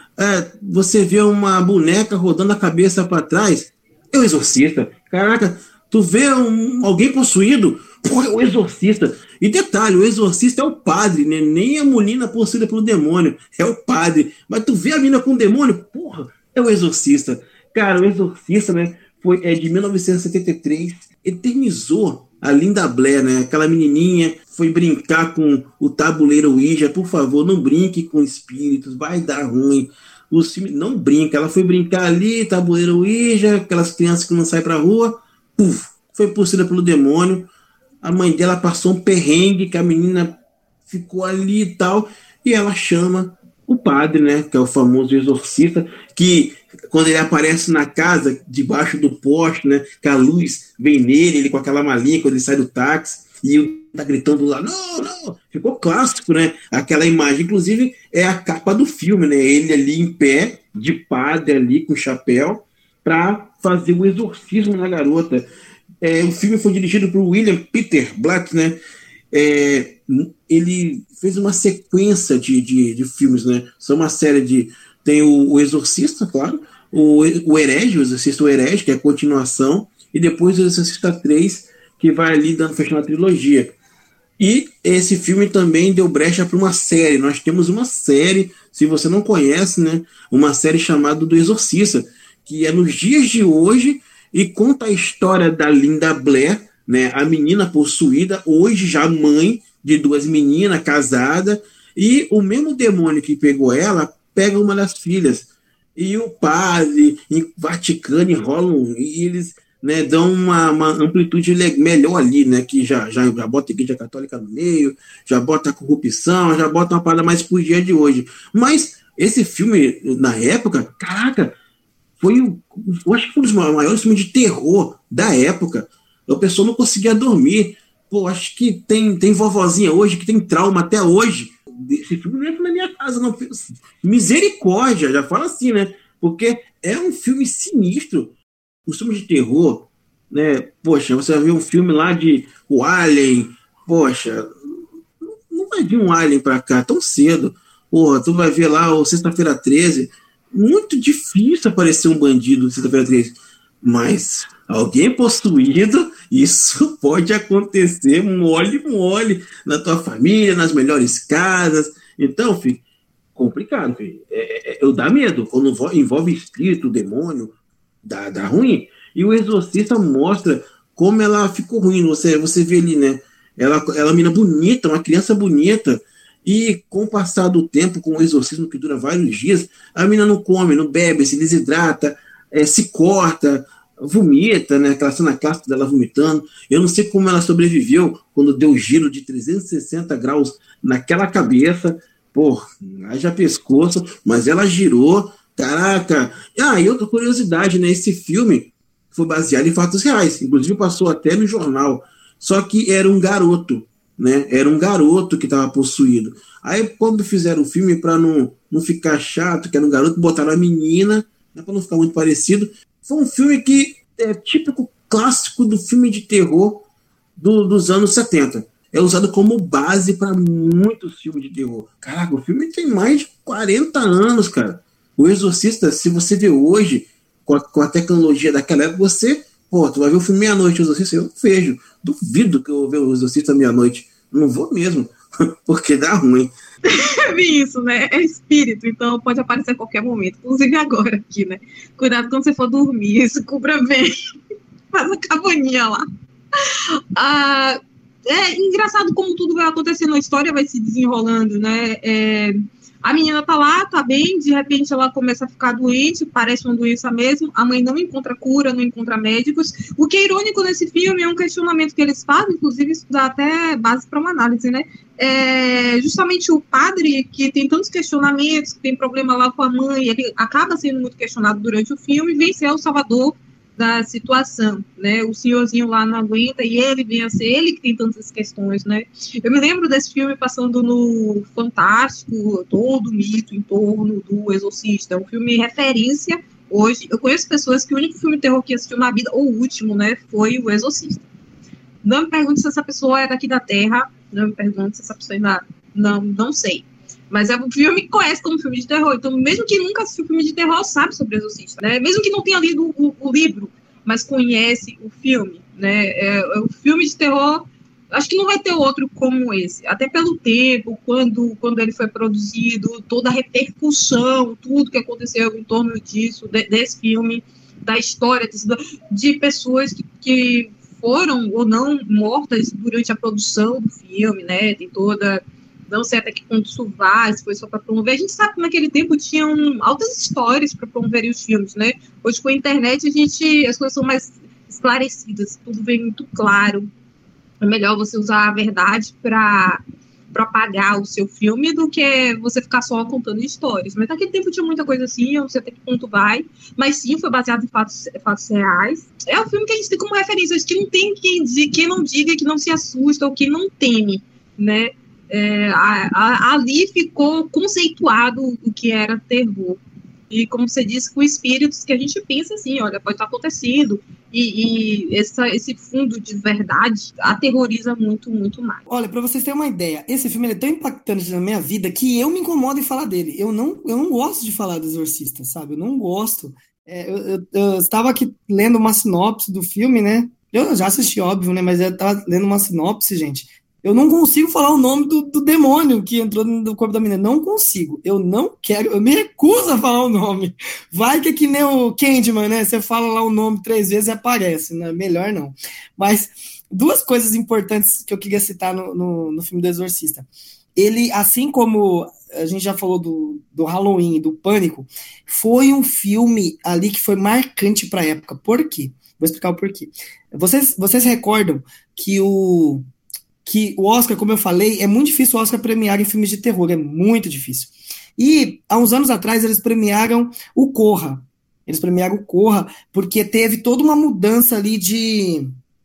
É, você vê uma boneca rodando a cabeça para trás, é o Exorcista. Caraca, tu vê um, alguém possuído, porra, o Exorcista. E detalhe, o Exorcista é o padre, né? Nem a menina possuída pelo demônio, é o padre. Mas tu vê a menina com o demônio, porra, é o Exorcista. Cara, o Exorcista, né, foi, é de mil novecentos e setenta e três, eternizou a Linda Blair, né? Aquela menininha foi brincar com o tabuleiro Ouija. Por favor, não brinque com espíritos, vai dar ruim. O filme não brinca, ela foi brincar ali, tabuleiro Ouija, aquelas crianças que não saem pra rua, puf, foi possuída pelo demônio. A mãe dela passou um perrengue, que a menina ficou ali e tal, e ela chama o padre, né, que é o famoso exorcista, que quando ele aparece na casa, debaixo do poste, né, que a luz vem nele, ele com aquela malinha, quando ele sai do táxi, e o tá gritando lá, não, não, ficou clássico, né, aquela imagem, inclusive é a capa do filme, né, ele ali em pé, de padre ali, com chapéu, para fazer o exorcismo na garota. É, o filme foi dirigido por William Peter Blatty, né? É, ele fez uma sequência de, de, de filmes, né? São uma série de... Tem o, o Exorcista, claro, o, o Herege, o Exorcista o Herege, que é a continuação, e depois o Exorcista três, que vai ali dando fechando a trilogia. E esse filme também deu brecha para uma série. Nós temos uma série, se você não conhece, né? Uma série chamada do Exorcista, que é nos dias de hoje, e conta a história da Linda Blair, né, a menina possuída, hoje já mãe de duas meninas, casada, e o mesmo demônio que pegou ela, pega uma das filhas. E o padre, em Vaticano, enrolam, e eles, né, dão uma, uma amplitude melhor ali, né, que já, já, já bota a Igreja Católica no meio, já bota a corrupção, já bota uma parada mais pro dia de hoje. Mas esse filme, na época, caraca, foi, o, eu acho que foi um dos maiores filmes de terror da época. A pessoa não conseguia dormir. Pô, acho que tem, tem vovozinha hoje que tem trauma até hoje. Esse filme não entra na minha casa, não. Misericórdia, já fala assim, né? Porque é um filme sinistro. Os filmes de terror, né? Poxa, você vai ver um filme lá de o Alien. Poxa, não vai vir um Alien pra cá tão cedo. Porra, tu vai ver lá o Sexta-feira treze. Muito difícil aparecer um bandido Sexta-feira treze. Mas alguém possuído, isso pode acontecer mole, mole, na tua família, nas melhores casas. Então, filho, complicado, filho. É, é, eu dá medo. Quando envolve espírito, demônio, dá, dá ruim. E o Exorcista mostra como ela ficou ruim. Você, você vê ali, né? Ela, ela é uma menina bonita, uma criança bonita. E com o passar do tempo, com o exorcismo que dura vários dias, a menina não come, não bebe, se desidrata, é, se corta, vomita, né? Aquela cena clássica dela vomitando. Eu não sei como ela sobreviveu quando deu giro de trezentos e sessenta graus naquela cabeça. Pô, haja pescoço, mas ela girou. Caraca! Ah, e outra curiosidade, né? Esse filme foi baseado em fatos reais. Inclusive passou até no jornal. Só que era um garoto, né? Era um garoto que estava possuído. Aí, quando fizeram o filme, para não, não ficar chato, que era um garoto, botaram a menina, né, para não ficar muito parecido. Foi um filme que é típico clássico do filme de terror do, dos anos setenta. É usado como base para muitos filmes de terror. Caraca, o filme tem mais de quarenta anos, cara. O Exorcista, se você vê hoje, com a, com a tecnologia daquela época, você, pô, tu vai ver o filme meia-noite, o Exorcista, eu não vejo. Duvido que eu vou ver o Exorcista meia-noite. Não vou mesmo, porque dá ruim. Isso, né? É espírito, então pode aparecer a qualquer momento, inclusive agora aqui, né? Cuidado quando você for dormir, se cubra bem, faz a cabaninha lá. Ah, é engraçado como tudo vai acontecendo, a história vai se desenrolando, né? É, a menina tá lá, tá bem, de repente ela começa a ficar doente, parece uma doença mesmo, a mãe não encontra cura, não encontra médicos. O que é irônico nesse filme é um questionamento que eles fazem, inclusive isso dá até base para uma análise, né? É justamente o padre, que tem tantos questionamentos, que tem problema lá com a mãe, ele acaba sendo muito questionado durante o filme, vem ser o salvador da situação, né? O senhorzinho lá não aguenta e ele vem a ser ele que tem tantas questões, né? Eu me lembro desse filme passando no Fantástico, todo o mito em torno do Exorcista, é um filme referência hoje. Eu conheço pessoas que o único filme de terror que assistiu na vida, ou o último, né, foi o Exorcista. Não me pergunte se essa pessoa é daqui da Terra, não me pergunte se essa pessoa ainda, não, não sei. Mas é um filme que conhece como filme de terror. Então, mesmo que nunca assistiu filme de terror, sabe sobre o Exorcista, né? Mesmo que não tenha lido o, o livro, mas conhece o filme, né? É, é um filme de terror, acho que não vai ter outro como esse. Até pelo tempo, quando, quando ele foi produzido, toda a repercussão, tudo que aconteceu em torno disso, de, desse filme, da história de, de pessoas que, que foram ou não mortas durante a produção do filme, né? Tem toda... Não sei até que ponto isso vai, se foi só para promover. A gente sabe que naquele tempo tinham altas histórias para promover os filmes, né? Hoje, com a internet, a gente, as coisas são mais esclarecidas, tudo vem muito claro. É melhor você usar a verdade para propagar o seu filme do que você ficar só contando histórias. Mas naquele tempo tinha muita coisa assim, eu não sei até que ponto vai. Mas sim, foi baseado em fatos, fatos reais. É um filme que a gente tem como referência. Acho que não tem quem, quem não diga que não se assusta ou que não teme, né? É, a, a, ali ficou conceituado o que era terror. E como você disse, com espíritos que a gente pensa assim, olha, pode estar acontecendo. E, e essa, esse fundo de verdade aterroriza muito, muito mais. Olha, pra vocês terem uma ideia, esse filme ele é tão impactante na minha vida que eu me incomodo em falar dele. Eu não, eu não gosto de falar do Exorcista, sabe? Eu não gosto. É, eu, eu, eu estava aqui lendo uma sinopse do filme, né? Eu já assisti, óbvio, né? Mas eu estava lendo uma sinopse, gente. Eu não consigo falar o nome do, do demônio que entrou no corpo da menina. Não consigo. Eu não quero. Eu me recuso a falar o nome. Vai que é que nem o Candyman, né? Você fala lá o nome três vezes e aparece. Né? Melhor não. Mas duas coisas importantes que eu queria citar no, no, no filme do Exorcista. Ele, assim como a gente já falou do, do Halloween e do Pânico, foi um filme ali que foi marcante para a época. Por quê? Vou explicar o porquê. Vocês, vocês recordam que o... que o Oscar, como eu falei, é muito difícil o Oscar premiar em filmes de terror, é muito difícil. E, há uns anos atrás, eles premiaram o Corra. Eles premiaram o Corra, porque teve toda uma mudança ali de,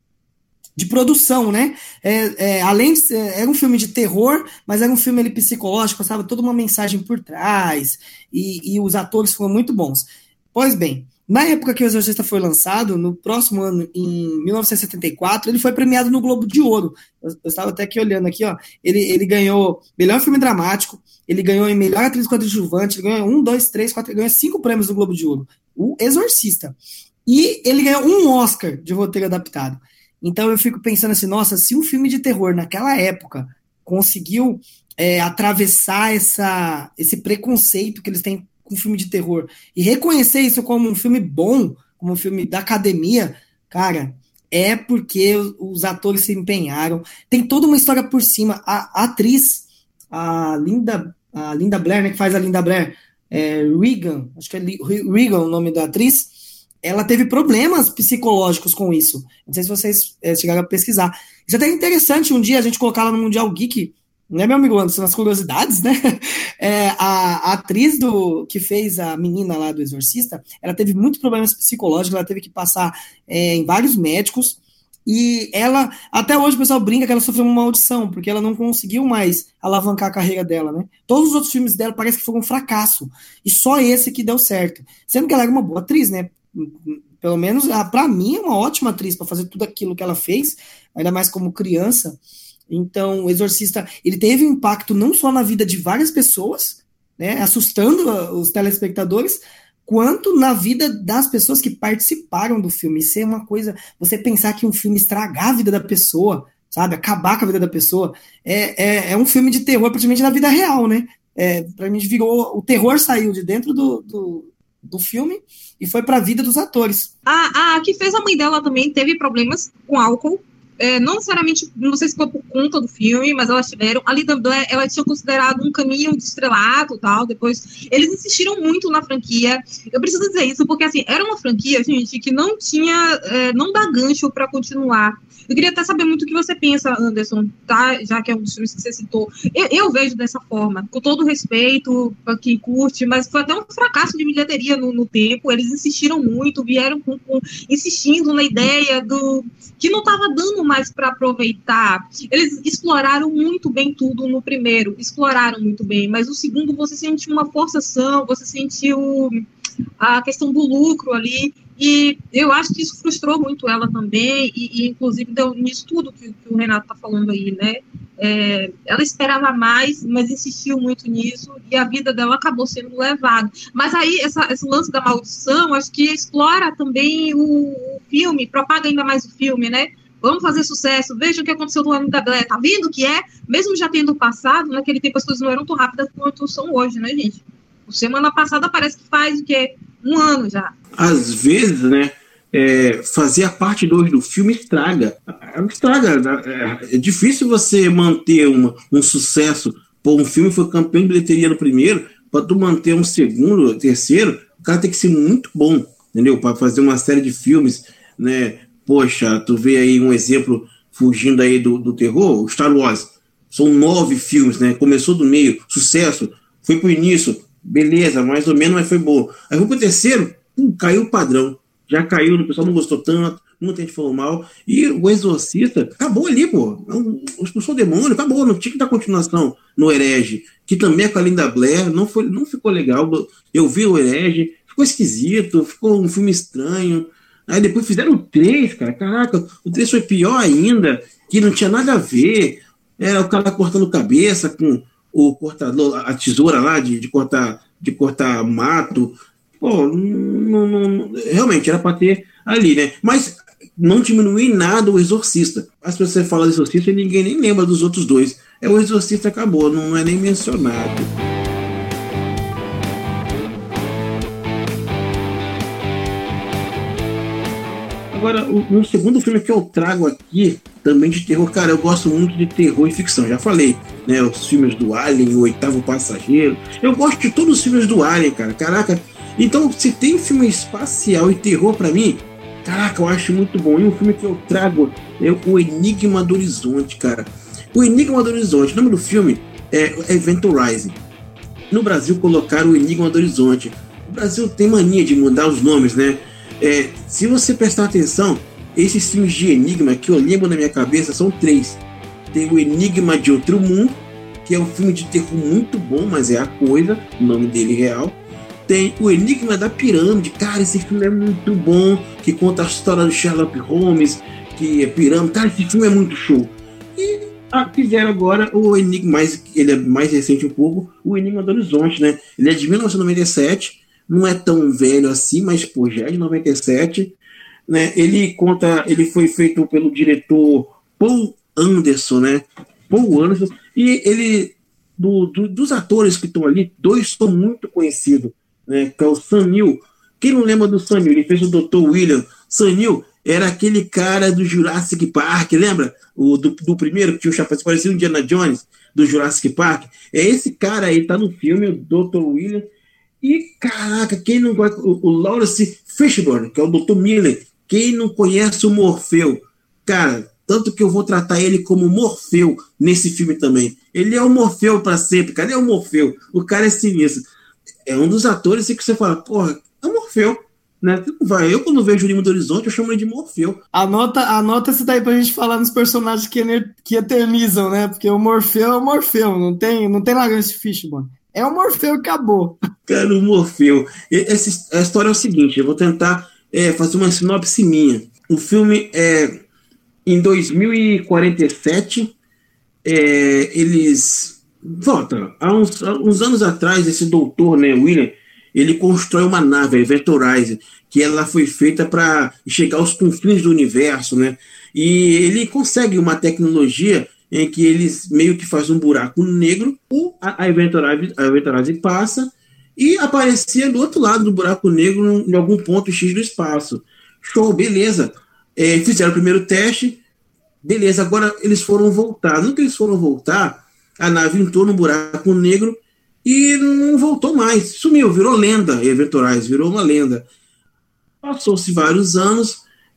de produção, né? É, é, além de ser, era um filme de terror, mas era um filme ali, psicológico, passava toda uma mensagem por trás, e, e os atores foram muito bons. Pois bem, na época que O Exorcista foi lançado, no próximo ano, em mil novecentos e setenta e quatro, ele foi premiado no Globo de Ouro. Eu, eu estava até aqui olhando aqui, ó. Ele, ele ganhou melhor filme dramático, ele ganhou em melhor atriz coadjuvante, ele ganhou um, dois, três, quatro, ele ganhou cinco prêmios do Globo de Ouro. O Exorcista. E ele ganhou um Oscar de roteiro adaptado. Então eu fico pensando assim, nossa, se um filme de terror naquela época conseguiu é, atravessar essa, esse preconceito que eles têm com filme de terror e reconhecer isso como um filme bom, como um filme da academia, cara, é porque os, os atores se empenharam. Tem toda uma história por cima. A, a atriz, a Linda, a Linda Blair, né, que faz a Linda Blair, é, Regan, acho que é Regan o nome da atriz, ela teve problemas psicológicos com isso. Não sei se vocês é, chegaram a pesquisar. Isso é até interessante um dia a gente colocar ela no Mundial Geek, né, meu amigo Anderson, nas curiosidades, né? É, a, a atriz do, que fez a menina lá do Exorcista, ela teve muitos problemas psicológicos, ela teve que passar é, em vários médicos, e ela, até hoje o pessoal brinca que ela sofreu uma maldição, porque ela não conseguiu mais alavancar a carreira dela, né? Todos os outros filmes dela parece que foram um fracasso, e só esse que deu certo. Sendo que ela era uma boa atriz, né? Pelo menos, pra mim, é uma ótima atriz para fazer tudo aquilo que ela fez, ainda mais como criança. Então, o Exorcista, ele teve um impacto não só na vida de várias pessoas, né, assustando os telespectadores, quanto na vida das pessoas que participaram do filme. Isso é uma coisa, você pensar que um filme estragar a vida da pessoa, sabe, acabar com a vida da pessoa, é, é, é um filme de terror praticamente na vida real, né? É, pra mim virou, o terror saiu de dentro do, do, do filme e foi pra vida dos atores. A, a que fez a mãe dela também teve problemas com álcool. É, não necessariamente, não sei se foi por conta do filme, mas elas tiveram. A Linda Blair, ela tinha considerado um caminho de estrelato e tal. Depois, eles insistiram muito na franquia. Eu preciso dizer isso porque, assim, era uma franquia, gente, que não tinha, é, não dá gancho para continuar. Eu queria até saber muito o que você pensa, Anderson, tá? Já que é um dos filmes que você citou. Eu, eu vejo dessa forma, com todo respeito para quem curte, mas foi até um fracasso de bilheteria no, no tempo. Eles insistiram muito, vieram com, com, insistindo na ideia do que não estava dando mais para aproveitar. Eles exploraram muito bem tudo no primeiro, exploraram muito bem, mas no segundo você sentiu uma forçação, você sentiu a questão do lucro ali, e eu acho que isso frustrou muito ela também, e, e inclusive deu nisso tudo que, que o Renato está falando aí, né? É, ela esperava mais, mas insistiu muito nisso, e a vida dela acabou sendo levada. Mas aí, essa, esse lance da maldição, acho que explora também o, o filme, propaga ainda mais o filme, né? Vamos fazer sucesso, veja o que aconteceu no ano da Blair, tá vendo que é? Mesmo já tendo passado, naquele tempo as coisas não eram tão rápidas quanto são hoje, né, gente? Semana passada parece que faz o quê? Um ano já. Às vezes, né, é, fazer a parte dois do filme estraga. Estraga. É, é difícil você manter uma, um sucesso. Pô, um filme foi campeão de bilheteria no primeiro, para tu manter um segundo, terceiro, o cara tem que ser muito bom, entendeu? Para fazer uma série de filmes, né? Poxa, tu vê aí um exemplo fugindo aí do, do terror, o Star Wars. São nove filmes, né? Começou do meio, sucesso, foi pro início, beleza, mais ou menos, mas foi bom. Aí foi pro terceiro, pum, caiu o padrão. Já caiu, o pessoal não gostou tanto, muita gente falou mal. E o Exorcista acabou ali, pô. Expulsou o demônio, acabou. Não tinha que dar continuação no Herege, que também é com a Linda Blair, não, foi, não ficou legal. Eu vi o Herege, ficou esquisito, ficou um filme estranho. Aí depois fizeram o três, cara. Caraca, o três foi pior ainda, que não tinha nada a ver. Era o cara cortando cabeça com o cortador, a tesoura lá de, de, cortar, de cortar mato. Pô, não, não, realmente era para ter ali, né? Mas não diminui em nada o Exorcista. As pessoas falam do Exorcista e ninguém nem lembra dos outros dois. É o Exorcista, acabou, não é nem mencionado. Agora, um segundo filme que eu trago aqui, também de terror, cara, eu gosto muito de terror e ficção, já falei, né, os filmes do Alien, O Oitavo Passageiro, eu gosto de todos os filmes do Alien, cara, caraca, então, se tem filme espacial e terror pra mim, caraca, eu acho muito bom, e um filme que eu trago é O Enigma do Horizonte, cara, O Enigma do Horizonte, o nome do filme é Event Horizon, no Brasil colocaram O Enigma do Horizonte, O Brasil tem mania de mudar os nomes, né? É, se você prestar atenção, esses filmes de Enigma que eu lembro na minha cabeça são três. Tem o Enigma de Outro Mundo, que é um filme de terror muito bom, mas é A Coisa, o nome dele real. Tem o Enigma da Pirâmide, cara, esse filme é muito bom, que conta a história do Sherlock Holmes, que é pirâmide, cara, esse filme é muito show. E ah, fizeram agora o Enigma, mais, ele é mais recente um pouco, o Enigma do Horizonte, né? Ele é de mil novecentos e noventa e sete, não é tão velho assim, mas pô, já é de noventa e sete, né? Ele conta, ele foi feito pelo diretor Paul Anderson, né? Paul Anderson, e ele, do, do, dos atores que estão ali, dois são muito conhecidos, né, que é o Sam Neill. Quem não lembra do Sam Neill? Ele fez o doutor William. Sam Neill era aquele cara do Jurassic Park, lembra? O, do, do primeiro, que tinha o chapéu, parecia o Indiana Jones, do Jurassic Park. É esse cara aí, tá no filme, o doutor William. E, caraca, quem não conhece o, o Lawrence Fishburne, que é o doutor Miller, quem não conhece o Morfeu? Cara, tanto que eu vou tratar ele como Morfeu nesse filme também. Ele é o Morfeu pra sempre, cara, ele é o Morfeu. O cara é sinistro. É um dos atores que você fala, porra, é o Morfeu, né? Vai, eu quando vejo o Enigma do Horizonte, eu chamo ele de Morfeu. Anota, anota esse daí pra gente falar nos personagens que, que eternizam, né? Porque o Morfeu é o Morfeu, não tem, não tem Lawrence Fishburne. É o Morfeu e acabou. Cara, o Morfeu. Essa, a história é o seguinte, eu vou tentar é, fazer uma sinopse minha. O filme é em dois mil e quarenta e sete, é, eles... Volta, há uns, há uns anos atrás, esse doutor, né, William, ele constrói uma nave, a Eventurize, que ela foi feita para chegar aos confins do universo, né? E ele consegue uma tecnologia em que eles meio que faz um buraco negro, a, a, Eventurize, a Eventurize passa e aparecia do outro lado do buraco negro em algum ponto X do espaço. Show, beleza. É, fizeram o primeiro teste, beleza, agora eles foram voltar. No que eles foram voltar, a nave entrou no buraco negro e não voltou mais. Sumiu, virou lenda, Eventurize, virou uma lenda. Passou-se vários anos,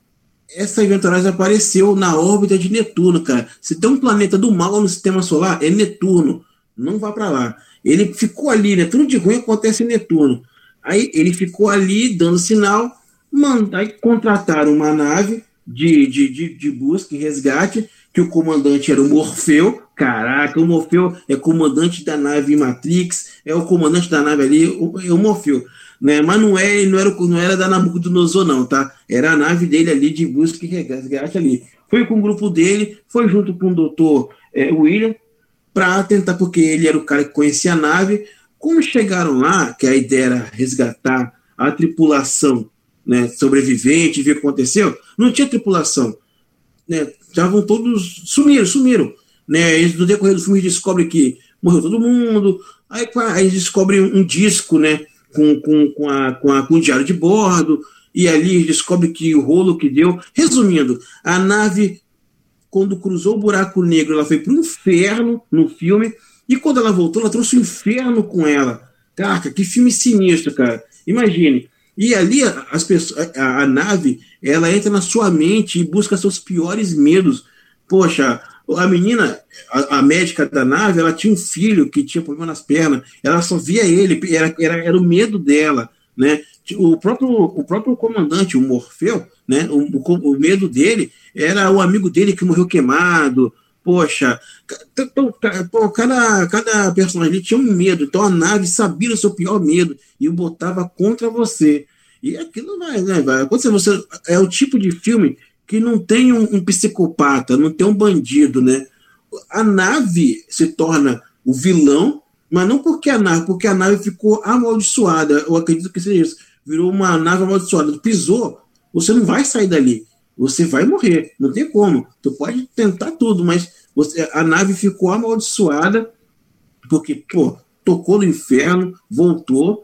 essa Eventurize apareceu na órbita de Netuno, cara. Se tem um planeta do mal no sistema solar, é Netuno. Não vá para lá. Ele ficou ali, né? Tudo de ruim acontece em Netuno. Aí ele ficou ali, dando sinal, manda, aí contrataram uma nave de, de, de, de busca e resgate, que o comandante era o Morfeu. Caraca, o Morfeu é comandante da nave Matrix, é o comandante da nave ali, o, é o Morfeu, né? Mas não, é, não, era, não era da Nabucodonosor não, tá? Era a nave dele ali de busca e resgate ali. Foi com o grupo dele, foi junto com o doutor é, William, para tentar, porque ele era o cara que conhecia a nave. Como chegaram lá, que a ideia era resgatar a tripulação, né, sobrevivente, ver o que aconteceu, não tinha tripulação, né? Estavam todos, sumiram, sumiram. Né, eles, no decorrer do filme, descobrem que morreu todo mundo. Aí, aí eles descobrem um disco, né, com, com, com, a, com, a, com o diário de bordo, e ali descobrem que o rolo que deu. Resumindo, a nave, quando cruzou o buraco negro, ela foi para o inferno no filme, e quando ela voltou, ela trouxe o inferno com ela. Caraca, que filme sinistro, cara. Imagine. E ali as pessoas, a, a nave, ela entra na sua mente e busca seus piores medos. Poxa, a menina, a, a médica da nave, ela tinha um filho que tinha problema nas pernas, ela só via ele, era, era, era o medo dela, né? O próprio, o próprio comandante, o Morfeu, né? O, o, o medo dele era o amigo dele que morreu queimado. Poxa, então, cada, cada personagem ali tinha um medo, então a nave sabia o seu pior medo e o botava contra você. E aquilo vai, né? Vai. Quando você, é o tipo de filme que não tem um, um psicopata, não tem um bandido, né? A nave se torna o vilão, mas não porque a nave, porque a nave ficou amaldiçoada. Eu acredito que seja isso. Virou uma nave amaldiçoada. Pisou, você não vai sair dali. Você vai morrer. Não tem como. Tu pode tentar tudo, mas você, a nave ficou amaldiçoada porque, pô, tocou no inferno, voltou.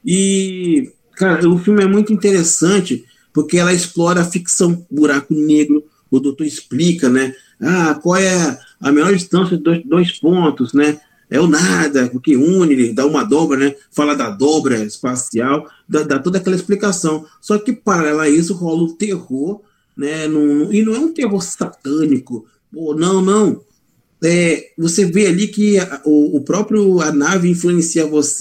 E, cara, o filme é muito interessante porque ela explora a ficção, buraco negro. O doutor explica, né? Ah, qual é a menor distância de dois, dois pontos, né? É o nada, porque une, ele dá uma dobra, né? Fala da dobra espacial, dá, dá toda aquela explicação. Só que, paralelo a isso, rola o terror, né? Não, e não é um terror satânico. Pô, não, não. É, você vê ali que a, o, o próprio a nave influencia você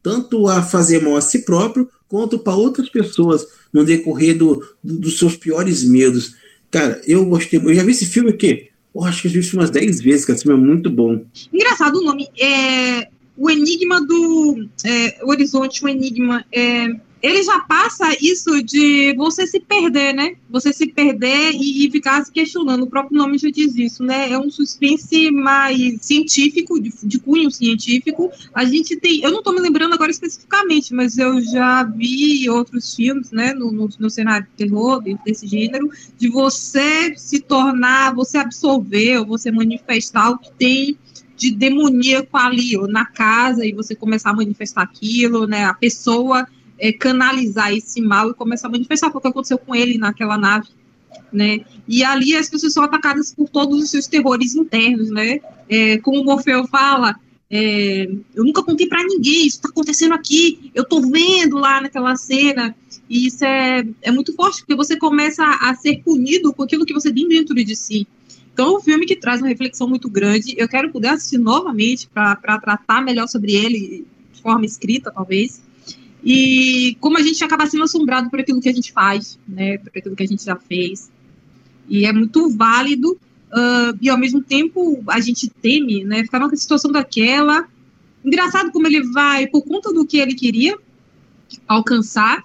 tanto a fazer mal a si próprio, quanto para outras pessoas no decorrer do, do, dos seus piores medos. Cara, eu gostei, eu já vi esse filme aqui, eu acho que eu já vi isso umas dez vezes, cara, esse filme é muito bom. Engraçado o nome, é o Enigma do é, Horizonte, o Enigma, é, ele já passa isso de você se perder, né? Você se perder e, e ficar se questionando. O próprio nome já diz isso, né? É um suspense mais científico, de, de cunho científico. A gente tem... Eu não estou me lembrando agora especificamente, mas eu já vi outros filmes, né? No, no, no cenário de terror, desse gênero, de você se tornar, você absorver, ou você manifestar o que tem de demoníaco ali, ou na casa, e você começar a manifestar aquilo, né? A pessoa... É, canalizar esse mal e começar a manifestar, porque aconteceu com ele naquela nave, né, e ali as pessoas são atacadas por todos os seus terrores internos, né, é, como o Morfeu fala, é, eu nunca contei pra ninguém, isso tá acontecendo aqui, eu tô vendo lá naquela cena, e isso é, é muito forte, porque você começa a, a ser punido com aquilo que você tem dentro de si. Então é um filme que traz uma reflexão muito grande, eu quero poder assistir novamente para tratar melhor sobre ele, de forma escrita, talvez. E como a gente acaba sendo assombrado por aquilo que a gente faz, né, por aquilo que a gente já fez. E é muito válido, uh, e ao mesmo tempo a gente teme, né, ficar numa situação daquela. Engraçado como ele vai, por conta do que ele queria alcançar,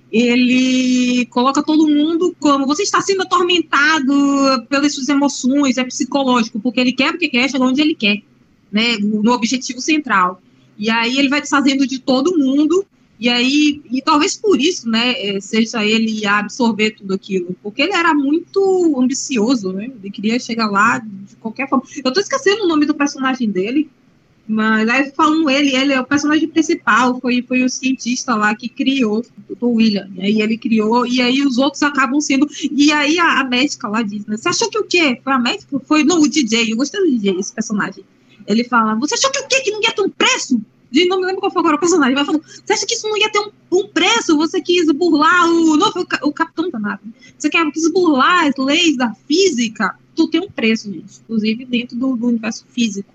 ele coloca todo mundo como, você está sendo atormentado pelas suas emoções, é psicológico, porque ele quer, porque quer, chegar onde ele quer, né, no objetivo central. E aí ele vai desfazendo de todo mundo. E aí, e talvez por isso, né, seja ele a absorver tudo aquilo, porque ele era muito ambicioso, né, ele queria chegar lá de qualquer forma. Eu tô esquecendo o nome do personagem dele, mas aí falando ele, ele é o personagem principal, foi, foi o cientista lá que criou, o William, e aí ele criou, e aí os outros acabam sendo, e aí a, a médica lá diz, né, você achou que o quê? Foi a médica? Foi, não, o D J, eu gostei do D J, esse personagem. Ele fala, você achou que o quê? Que não ia ter um preço? Não me lembro qual foi agora o personagem, mas falou, você acha que isso não ia ter um, um preço? Você quis burlar o... Não, foi o, o Capitão da nave. Você quer, quis burlar as leis da física? Tu tem um preço, gente. Inclusive dentro do, do universo físico.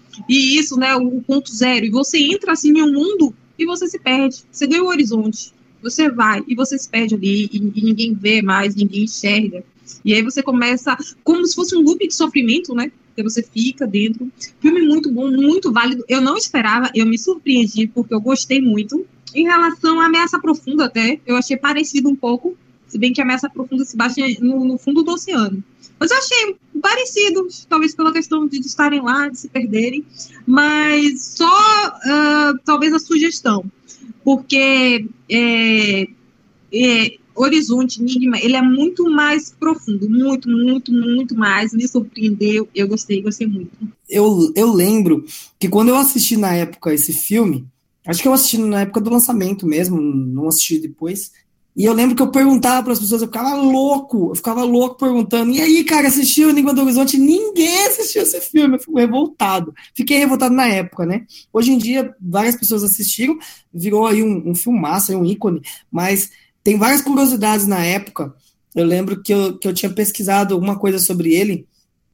E isso, né, o, o ponto zero. E você entra assim em um mundo e você se perde. Você ganha o horizonte. Você vai e você se perde ali e, e ninguém vê mais, ninguém enxerga. E aí você começa como se fosse um loop de sofrimento, né? Porque você fica dentro. Filme muito bom, muito válido. Eu não esperava, eu me surpreendi, porque eu gostei muito. Em relação à Ameaça Profunda, até, eu achei parecido um pouco, se bem que a Ameaça Profunda se baixa no, no fundo do oceano. Mas eu achei parecido, talvez pela questão de, de estarem lá, de se perderem. Mas só, uh, talvez, a sugestão. Porque é, é, Horizonte, Enigma, ele é muito mais profundo, muito, muito, muito mais, me surpreendeu, eu gostei, gostei muito. Eu, eu lembro que quando eu assisti na época esse filme, acho que eu assisti na época do lançamento mesmo, não assisti depois, e eu lembro que eu perguntava para as pessoas, eu ficava louco, eu ficava louco perguntando, e aí, cara, assistiu o Enigma do Horizonte? Ninguém assistiu esse filme, eu fico revoltado, fiquei revoltado na época, né? Hoje em dia, várias pessoas assistiram, virou aí um, um filmaço, um ícone, mas tem várias curiosidades na época. Eu lembro que eu, que eu tinha pesquisado alguma coisa sobre ele,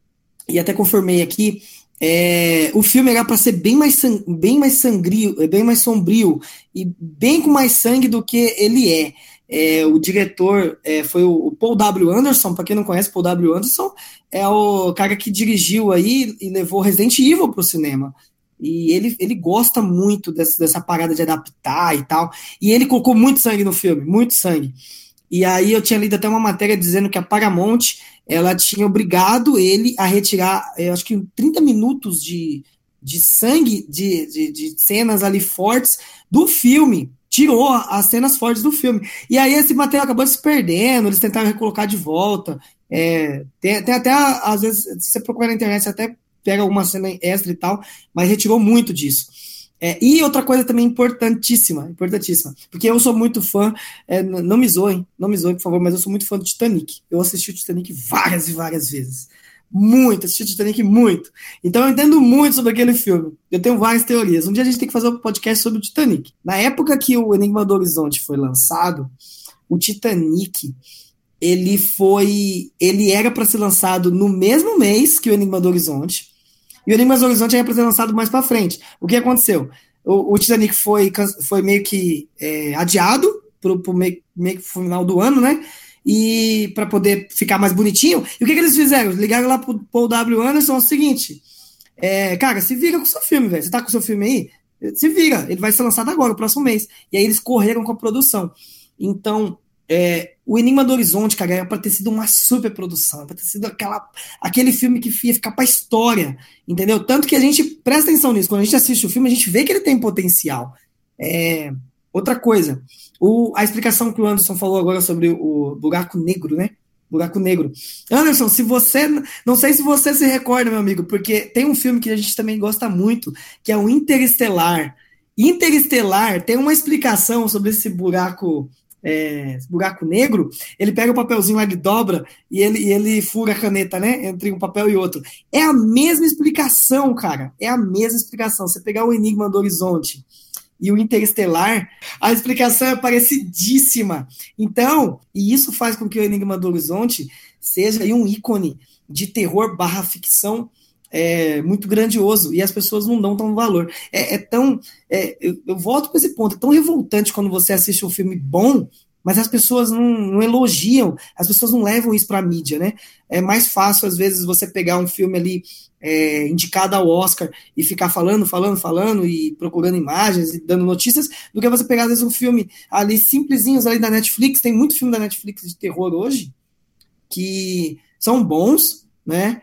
e até confirmei aqui, é, o filme era para ser bem mais, sang, bem mais sangrio, bem mais sombrio, e bem com mais sangue do que ele é. É, o diretor é, foi o, o Paul W. Anderson. Para quem não conhece, Paul W. Anderson é o cara que dirigiu aí e levou Resident Evil para o cinema. E ele, ele gosta muito dessa, dessa parada de adaptar e tal. E ele colocou muito sangue no filme, muito sangue. E aí eu tinha lido até uma matéria dizendo que a Paramount, ela tinha obrigado ele a retirar, eu acho que trinta minutos de, de sangue, de, de, de cenas ali fortes do filme. Tirou as cenas fortes do filme. E aí esse material acabou se perdendo, eles tentaram recolocar de volta. É, tem, tem até, às vezes, se você procurar na internet, você até pega alguma cena extra e tal, mas retirou muito disso. É, e outra coisa também importantíssima, importantíssima, porque eu sou muito fã, é, não me zoem, não me zoem, por favor, mas eu sou muito fã do Titanic. Eu assisti o Titanic várias e várias vezes. Muito, assisti o Titanic muito. Então eu entendo muito sobre aquele filme. Eu tenho várias teorias. Um dia a gente tem que fazer um podcast sobre o Titanic. Na época que o Enigma do Horizonte foi lançado, o Titanic, ele foi, ele era para ser lançado no mesmo mês que o Enigma do Horizonte, e o Enigma do Horizonte era para ser lançado mais para frente. O que aconteceu? o, o Titanic foi, foi meio que é, adiado pro, pro meio, meio que pro final do ano, né? E para poder ficar mais bonitinho. E o que, que eles fizeram? Ligaram lá pro Paul W. Anderson, é o seguinte, é, cara, se vira com o seu filme, velho. Você tá com o seu filme aí? Se vira, ele vai ser lançado agora, no próximo mês. E aí eles correram com a produção. Então, é, o Enigma do Horizonte, cara, era pra ter sido uma super produção, pra ter sido aquela, aquele filme que ia ficar pra história, entendeu? Tanto que a gente presta atenção nisso, quando a gente assiste o filme, a gente vê que ele tem potencial. É, outra coisa, o, a explicação que o Anderson falou agora sobre o buraco negro, né? Buraco negro. Anderson, se você, não sei se você se recorda, meu amigo, porque tem um filme que a gente também gosta muito, que é o Interestelar. Interestelar tem uma explicação sobre esse buraco É, buraco negro. Ele pega o papelzinho lá, ele dobra e ele, e ele fura a caneta, né, entre um papel e outro. É a mesma explicação, cara, é a mesma explicação. Você pegar o Enigma do Horizonte e o Interestelar, a explicação é parecidíssima. Então, e isso faz com que o Enigma do Horizonte seja aí um ícone de terror barra ficção é muito grandioso, e as pessoas não dão tão valor. É, é tão. É, eu, eu volto para esse ponto, é tão revoltante quando você assiste um filme bom, mas as pessoas não, não elogiam, as pessoas não levam isso para a mídia, né? É mais fácil, às vezes, você pegar um filme ali é, indicado ao Oscar e ficar falando, falando, falando, e procurando imagens e dando notícias, do que você pegar, às vezes, um filme ali simplesinhos ali da Netflix. Tem muito filme da Netflix de terror hoje que são bons, né?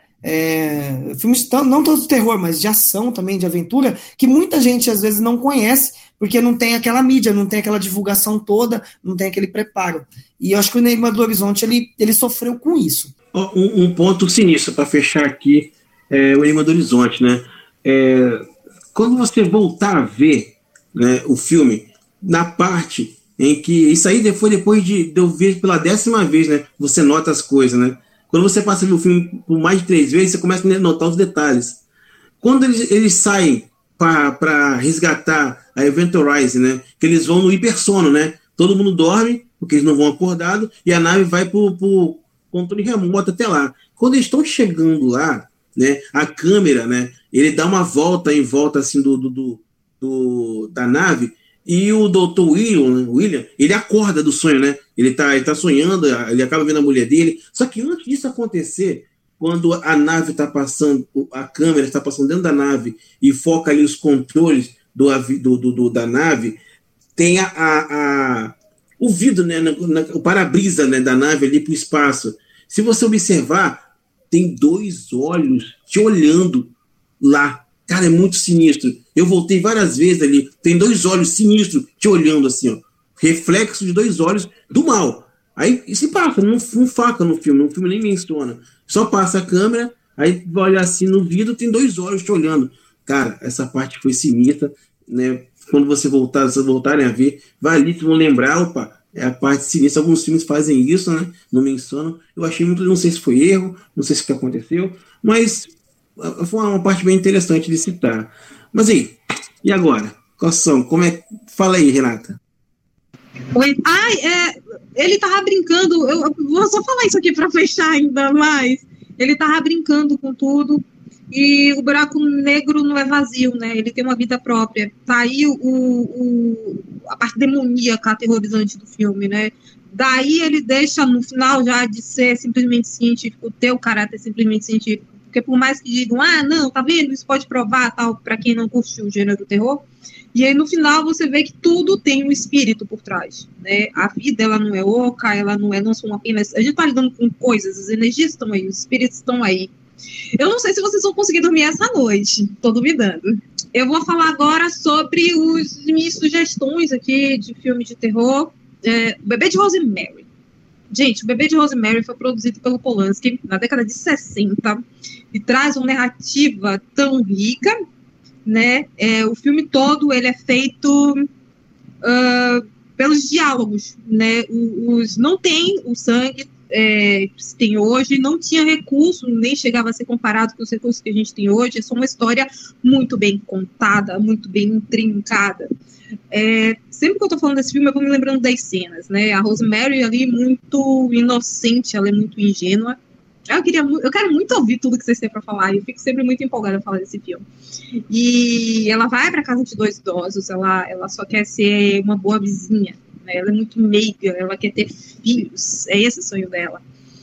É, filmes não todos de terror, mas de ação também, de aventura, que muita gente às vezes não conhece, porque não tem aquela mídia, não tem aquela divulgação toda, não tem aquele preparo. E eu acho que o Enigma do Horizonte, ele, ele sofreu com isso. Um, um ponto sinistro para fechar aqui é o Enigma do Horizonte, né? É, quando você voltar a ver, né, o filme, na parte em que, isso aí foi depois de, de eu ver pela décima vez, né? Você nota as coisas, né? Quando você passa a ver o filme por mais de três vezes, você começa a notar os detalhes. Quando eles, eles saem para resgatar a Event Horizon, né, que eles vão no hipersono, né? Todo mundo dorme, porque eles não vão acordado, e a nave vai para o controle remoto até lá. Quando eles estão chegando lá, né, a câmera, né, ele dá uma volta em volta assim, do, do, do, do da nave, e o doutor William, William, ele acorda do sonho, né? Ele tá, ele tá sonhando, ele acaba vendo a mulher dele. Só que antes disso acontecer, quando a nave está passando, a câmera está passando dentro da nave e foca ali os controles do, do, do, do da nave, tem a, a, a, o vidro, né? Na, na, o para-brisa, né, da nave ali para o espaço. Se você observar, tem dois olhos te olhando lá. Cara, é muito sinistro. Eu voltei várias vezes ali. Tem dois olhos sinistros te olhando assim, ó. Reflexo de dois olhos do mal. Aí se passa, não, não faca no filme. No filme nem menciona. Só passa a câmera, aí vai olhar assim no vidro, tem dois olhos te olhando. Cara, essa parte foi sinistra, né? Quando você voltar, vocês voltarem a ver, vai ali, vocês vão lembrar, opa, é a parte sinistra. Alguns filmes fazem isso, né? Não mencionam. Eu achei muito, não sei se foi erro, não sei se o que aconteceu, mas foi uma parte bem interessante de citar. Mas aí, e agora? Quais são? Como é? Fala aí, Renata. Oi. Ai, é, ele tava brincando, eu, eu vou só falar isso aqui para fechar ainda mais. Ele tava brincando com tudo, e o buraco negro não é vazio, né? Ele tem uma vida própria. Tá aí o, o, a parte demoníaca, aterrorizante do filme, né? Daí ele deixa no final já de ser simplesmente científico, ter o caráter simplesmente científico. Porque por mais que digam, ah, não, tá vendo, isso pode provar, tal, para quem não curte o gênero do terror, e aí no final você vê que tudo tem um espírito por trás, né? A vida, ela não é oca, ela não é, não são apenas, a gente tá lidando com coisas, as energias estão aí, os espíritos estão aí. Eu não sei se vocês vão conseguir dormir essa noite, tô duvidando. Eu vou falar agora sobre as minhas sugestões aqui de filme de terror. É, o Bebê de Rosemary. Gente, o Bebê de Rosemary foi produzido pelo Polanski na década de sessenta e traz uma narrativa tão rica, né? É, o filme todo ele é feito uh, pelos diálogos, né? Os, não tem o sangue é, que se tem hoje, não tinha recurso, nem chegava a ser comparado com os recursos que a gente tem hoje. É só uma história muito bem contada, muito bem intrincada. É, sempre que eu tô falando desse filme, eu vou me lembrando das cenas, né? A Rosemary ali muito inocente, ela é muito ingênua, Eu, queria, eu quero muito ouvir tudo que vocês têm para falar, e eu fico sempre muito empolgada a falar desse filme. E ela vai para casa de dois idosos, ela, ela só quer ser uma boa vizinha, né? Ela é muito meiga, ela quer ter filhos, é esse o sonho dela.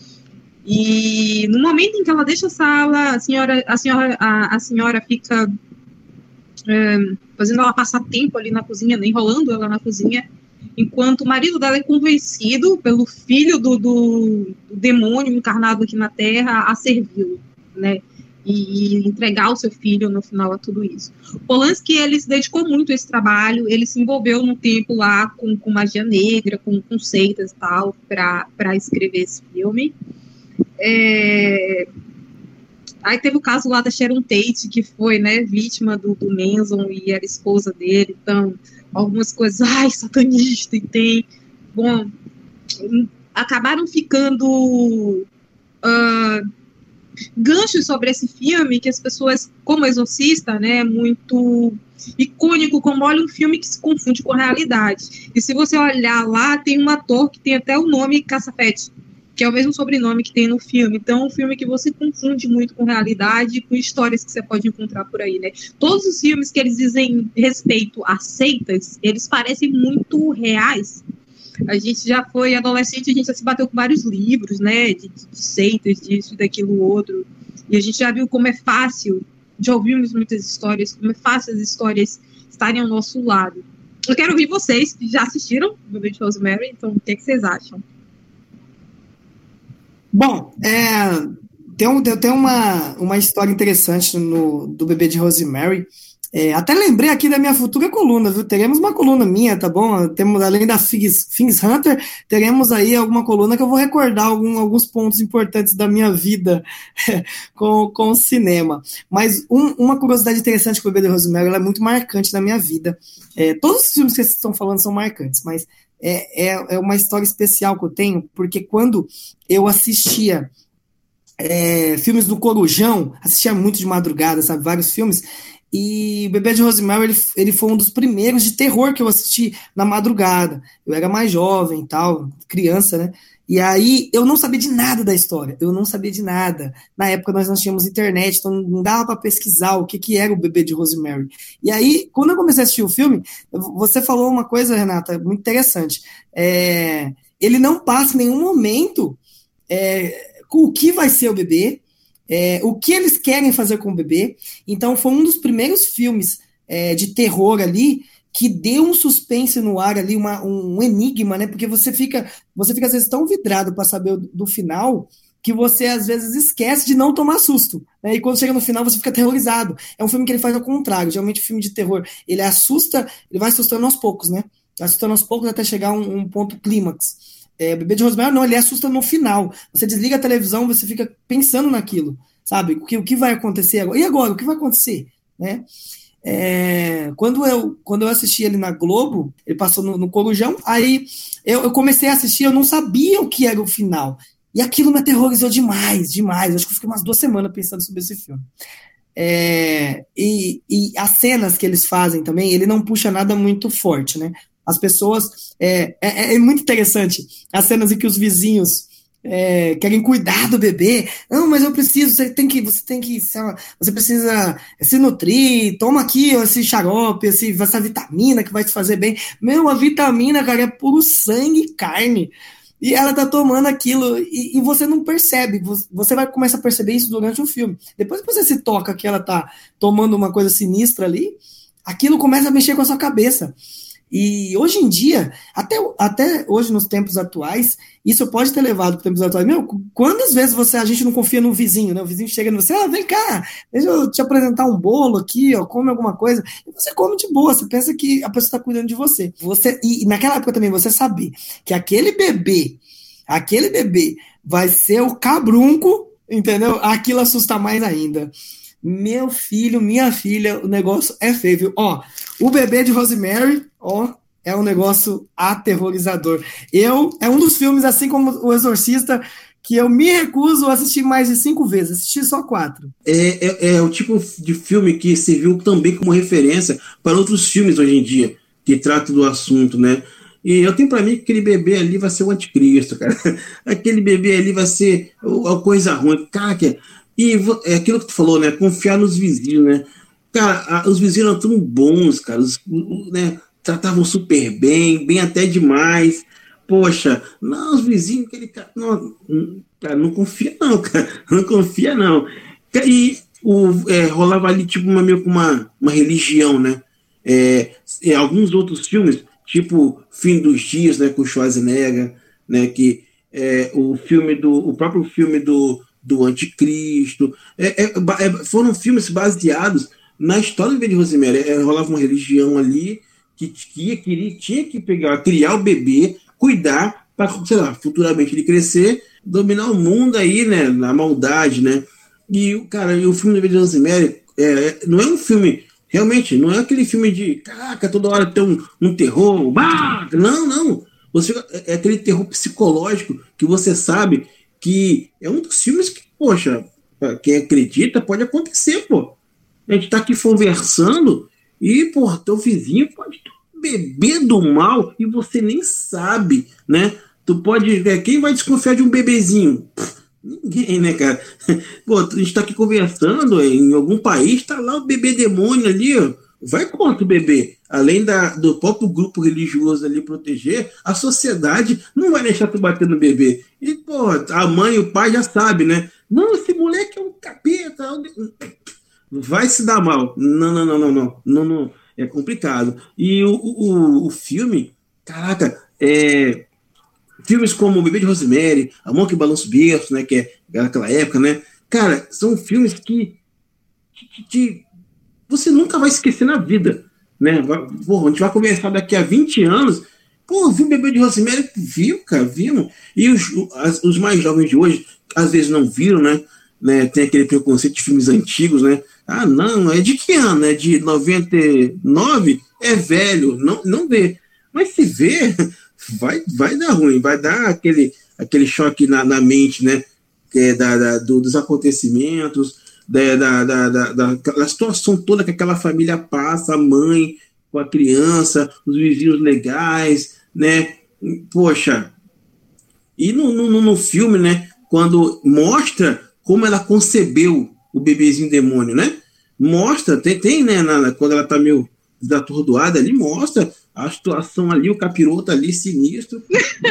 E no momento em que ela deixa a sala, a senhora, a senhora, a, a senhora fica é, fazendo ela passar tempo ali na cozinha, né, enrolando ela na cozinha, enquanto o marido dela é convencido pelo filho do, do, do demônio encarnado aqui na Terra a servi-lo, né, e, e entregar o seu filho no final a tudo isso. Polanski, ele se dedicou muito a esse trabalho, ele se envolveu no tempo lá com, com magia negra, com, com seitas e tal, para escrever esse filme. É... Aí teve o caso lá da Sharon Tate, que foi, né, vítima do, do Manson e era esposa dele, então algumas coisas, ai, satanista, e tem, bom, acabaram ficando uh, ganchos sobre esse filme, que as pessoas, como Exorcista, né, muito icônico, como olha um filme que se confunde com a realidade, e se você olhar lá, tem um ator que tem até o nome Cassavetes, que é o mesmo sobrenome que tem no filme. Então, é um filme que você confunde muito com realidade, com histórias que você pode encontrar por aí, né? Todos os filmes que eles dizem respeito a seitas, eles parecem muito reais. A gente já foi adolescente, a gente já se bateu com vários livros, né? De, de seitas, disso, daquilo, outro. E a gente já viu como é fácil, já ouvimos muitas histórias, como é fácil as histórias estarem ao nosso lado. Eu quero ouvir vocês, que já assistiram o Bebê de Rosemary, então o que, é que vocês acham? Bom, é, tem, um, tem uma, uma história interessante no, do Bebê de Rosemary. É, até lembrei aqui da minha futura coluna, viu? Teremos uma coluna minha, tá bom? Temos, além da Things, Things Hunter, teremos aí alguma coluna que eu vou recordar algum, alguns pontos importantes da minha vida com, com o cinema. Mas um, uma curiosidade interessante com o Bebê de Rosemary, ela é muito marcante na minha vida. É, todos os filmes que vocês estão falando são marcantes, mas É, é, é uma história especial que eu tenho, porque quando eu assistia é, filmes do Corujão, assistia muito de madrugada, sabe, vários filmes, e o Bebê de Rosemary, ele, ele foi um dos primeiros de terror que eu assisti na madrugada. Eu era mais jovem e tal, criança, né, e aí eu não sabia de nada da história, eu não sabia de nada. Na época nós não tínhamos internet, então não dava para pesquisar o que, que era o Bebê de Rosemary. E aí, quando eu comecei a assistir o filme, você falou uma coisa, Renata, muito interessante. É, ele não passa em nenhum momento é, com o que vai ser o bebê, é, o que eles querem fazer com o bebê. Então foi um dos primeiros filmes é, de terror ali que deu um suspense no ar ali, uma, um enigma, né? Porque você fica, você fica às vezes tão vidrado para saber do, do final que você às vezes esquece de não tomar susto, né? E quando chega no final você fica aterrorizado. É um filme que ele faz ao contrário. Geralmente filme de terror, ele assusta, ele vai assustando aos poucos, né? Assustando aos poucos até chegar a um, um ponto clímax. É, Bebê de Rosemary não, ele assusta no final. Você desliga a televisão, você fica pensando naquilo, sabe? O que, o que vai acontecer agora? E agora? O que vai acontecer? Né? É, quando, eu, quando eu assisti ele na Globo, ele passou no, no Corujão, aí eu, eu comecei a assistir, eu não sabia o que era o final. E aquilo me aterrorizou demais, demais. Acho que eu fiquei umas duas semanas pensando sobre esse filme. É, e, e as cenas que eles fazem também, ele não puxa nada muito forte, né? As pessoas... É, é, é muito interessante as cenas em que os vizinhos É, querem cuidar do bebê. Não, mas eu preciso, você tem que, você tem que, você precisa se nutrir, toma aqui esse xarope, esse, essa vitamina que vai te fazer bem. Meu, a vitamina, cara, é puro sangue e carne. E ela tá tomando aquilo e, e você não percebe, você vai começar a perceber isso durante o filme. Depois que você se toca que ela tá tomando uma coisa sinistra ali, aquilo começa a mexer com a sua cabeça. E hoje em dia, até, até hoje nos tempos atuais, isso pode ter levado para os tempos atuais. Meu, quantas vezes você, a gente não confia no vizinho, né? O vizinho chega em você, ah, vem cá, deixa eu te apresentar um bolo aqui, ó, come alguma coisa. E você come de boa, você pensa que a pessoa está cuidando de você. você. E naquela época também, você saber que aquele bebê, aquele bebê vai ser o cabrunco, entendeu? Aquilo assusta mais ainda. Meu filho, minha filha, o negócio é feio, viu? Ó, o Bebê de Rosemary, ó, é um negócio aterrorizador. Eu, é um dos filmes, assim como O Exorcista, que eu me recuso a assistir mais de cinco vezes, assisti só quatro. É, é, é o tipo de filme que serviu também como referência para outros filmes hoje em dia, que tratam do assunto, né? E eu tenho para mim que aquele bebê ali vai ser o anticristo, cara. Aquele bebê ali vai ser a coisa ruim. Cara, que... e é aquilo que tu falou, né? Confiar nos vizinhos, né? Cara, a, os vizinhos eram tão bons, cara. Os, né? Tratavam super bem, bem até demais. Poxa, não, os vizinhos, aquele cara. Não, cara, não confia, não, cara. Não confia, não. E o, é, rolava ali, tipo, uma, meio que uma, uma religião, né? É, é, alguns outros filmes, tipo Fim dos Dias, né, com Schwarzenegger, né, que é, o filme do, o próprio filme do, do Anticristo, é, é, é, foram filmes baseados na história do bebê de Rosemary. É, rolava uma religião ali que, que queria, tinha que pegar, criar o bebê, cuidar para, sei lá, futuramente ele crescer, dominar o mundo aí, né, na maldade, né? E, cara, e o filme do bebê de Rosemary é, não é um filme. Realmente, não é aquele filme de, caraca, toda hora tem um, um terror, bah! Não, não. Você, é aquele terror psicológico que você sabe que é um dos filmes que, poxa, quem acredita pode acontecer, pô. A gente tá aqui conversando e, pô, teu vizinho pode beber do mal e você nem sabe, né? Tu pode, quem vai desconfiar de um bebezinho? Ninguém, né, cara? Pô, a gente tá aqui conversando, em algum país, tá lá o bebê demônio ali, ó. Vai contra o bebê. Além da, do próprio grupo religioso ali proteger, a sociedade não vai deixar tu bater no bebê. E, pô, a mãe e o pai já sabem, né? Não, esse moleque é um capeta. Vai se dar mal. Não, não, não, não, não. não, não. É complicado. E o, o, o filme, caraca, é... filmes como O Bebê de Rosemary, A Mão que Balança o Berço, né, que é daquela época, né? Cara, são filmes que, que, que você nunca vai esquecer na vida, né? Porra, a gente vai conversar daqui a vinte anos. Pô, viu O Bebê de Rosemary? Viu, cara, viu? E os, as, os mais jovens de hoje, às vezes não viram, né? né? Tem aquele preconceito de filmes antigos, né? Ah, não, é de que ano? É de noventa e nove? É velho, não, não vê. Mas se vê... Vai, vai dar ruim, vai dar aquele, aquele choque na, na mente, né? Que é da, da, do, dos acontecimentos, da, da, da, da, da, da situação toda que aquela família passa, a mãe com a criança, os vizinhos legais, né? Poxa, e no, no, no filme, né? Quando mostra como ela concebeu o bebezinho demônio, né? Mostra, tem, tem né? Na, quando ela tá meio desatordoada ali, mostra a situação ali, o capiroto ali, sinistro.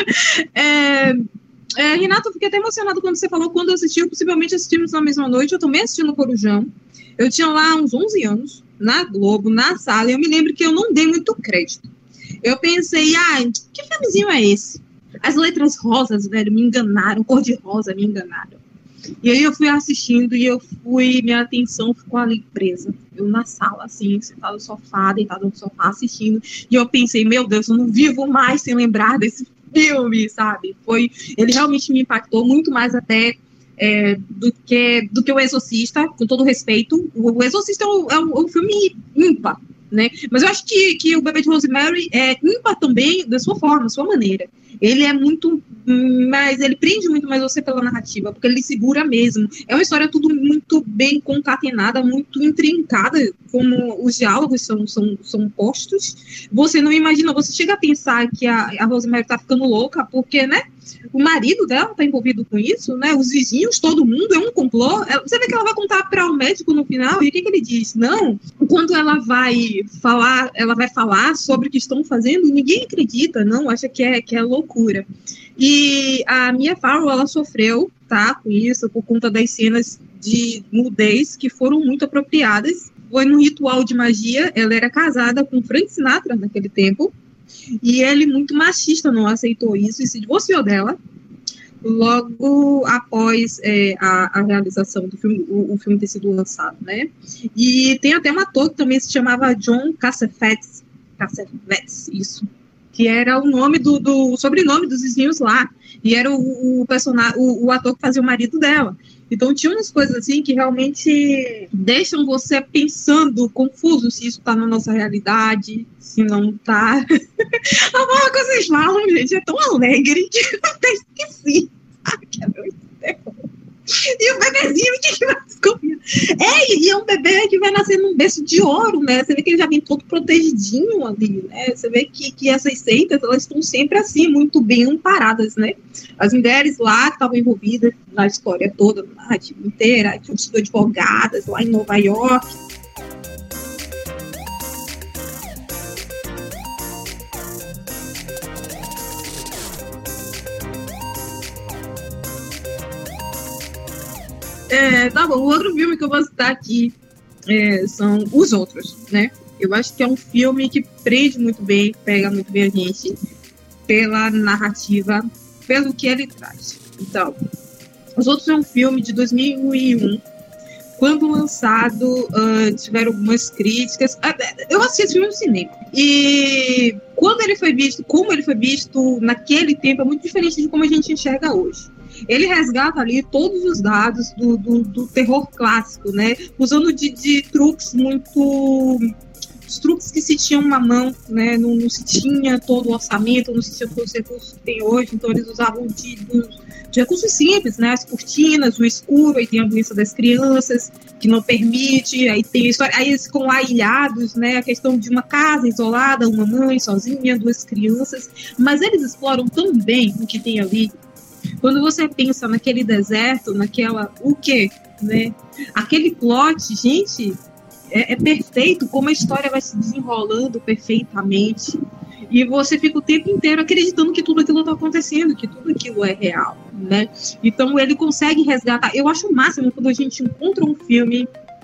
é, é, Renato, eu fiquei até emocionado quando você falou, quando eu assisti, possivelmente assistimos na mesma noite, eu também assisti no Corujão. Eu tinha lá uns onze anos, na Globo, na sala, e eu me lembro que eu não dei muito crédito. Eu pensei, ah, que filmezinho é esse? As letras rosas, velho, me enganaram, cor de rosa, me enganaram. E aí eu fui assistindo e eu fui, minha atenção ficou ali presa. Eu na sala, assim, sentada no sofá, deitada no sofá, assistindo. E eu pensei, meu Deus, eu não vivo mais sem lembrar desse filme, sabe? Foi, ele realmente me impactou muito mais até é, do, que, do que O Exorcista, com todo respeito. O Exorcista é um, é um, é um filme ímpar, né? Mas eu acho que, que O Bebê de Rosemary é ímpar também da sua forma, da sua maneira. Ele é muito mais, ele prende muito mais você pela narrativa, porque ele segura mesmo. É uma história tudo muito bem concatenada, muito intrincada, como os diálogos são, são, são postos. Você não imagina, você chega a pensar que a, a Rosemary tá ficando louca, porque, né, o marido dela tá envolvido com isso, né, os vizinhos, todo mundo, é um complô. Você vê que ela vai contar para o médico no final, e o que, que ele diz? Não, quando ela vai falar, ela vai falar sobre o que estão fazendo, ninguém acredita, não, acha que é, que é loucura. E a Mia Farrow, ela sofreu, tá, com isso, por conta das cenas de nudez que foram muito apropriadas. Foi num ritual de magia, ela era casada com Frank Sinatra naquele tempo, e ele, muito machista, não aceitou isso e se divorciou dela logo após é, a, a realização do filme, o, o filme ter sido lançado, né? E tem até um ator que também se chamava John Cassavetes, Cassavetes, isso, que era o nome do, do o sobrenome dos vizinhos lá, e era o, o personagem, o, o ator que fazia o marido dela. Então tinha umas coisas assim que realmente deixam você pensando, confuso, se isso tá na nossa realidade, se não tá. A forma que vocês falam, gente, é tão alegre que eu até esqueci. Ah, que é muito terror. E o bebezinho que, que vai descobrir. É, e é um bebê que vai nascer num berço de ouro, né? Você vê que ele já vem todo protegidinho ali, né? Você vê que, que essas seitas, elas estão sempre assim, muito bem amparadas, né? As mulheres lá que estavam envolvidas na história toda, na narrativa inteira, tinham sido advogadas lá em Nova York. É, tá bom, o outro filme que eu vou citar aqui é, são Os Outros, né? Eu acho que é um filme que prende muito bem, pega muito bem a gente pela narrativa, pelo que ele traz. Então, Os Outros é um filme de dois mil e um. Quando lançado, uh, tiveram algumas críticas. Eu assisti esse filme no cinema. E quando ele foi visto, como ele foi visto naquele tempo, é muito diferente de como a gente enxerga hoje. Ele resgata ali todos os dados do, do, do terror clássico, né? Usando de, de truques muito... Os truques que se tinham na mão, né? Não, não se tinha todo o orçamento, não se tinha todos os recursos que tem hoje, então eles usavam de, de recursos simples, né? As cortinas, o escuro, aí tem a doença das crianças, que não permite, aí tem a história, aí eles ficam lá ilhados, né? A questão de uma casa isolada, uma mãe sozinha, duas crianças, mas eles exploram tão bem o que tem ali. Quando você pensa naquele deserto, naquela... O quê? Né? Aquele plot, gente, é, é perfeito, como a história vai se desenrolando perfeitamente. E você fica o tempo inteiro acreditando que tudo aquilo está acontecendo, que tudo aquilo é real, né? Então ele consegue resgatar... Eu acho o máximo quando a gente encontra um filme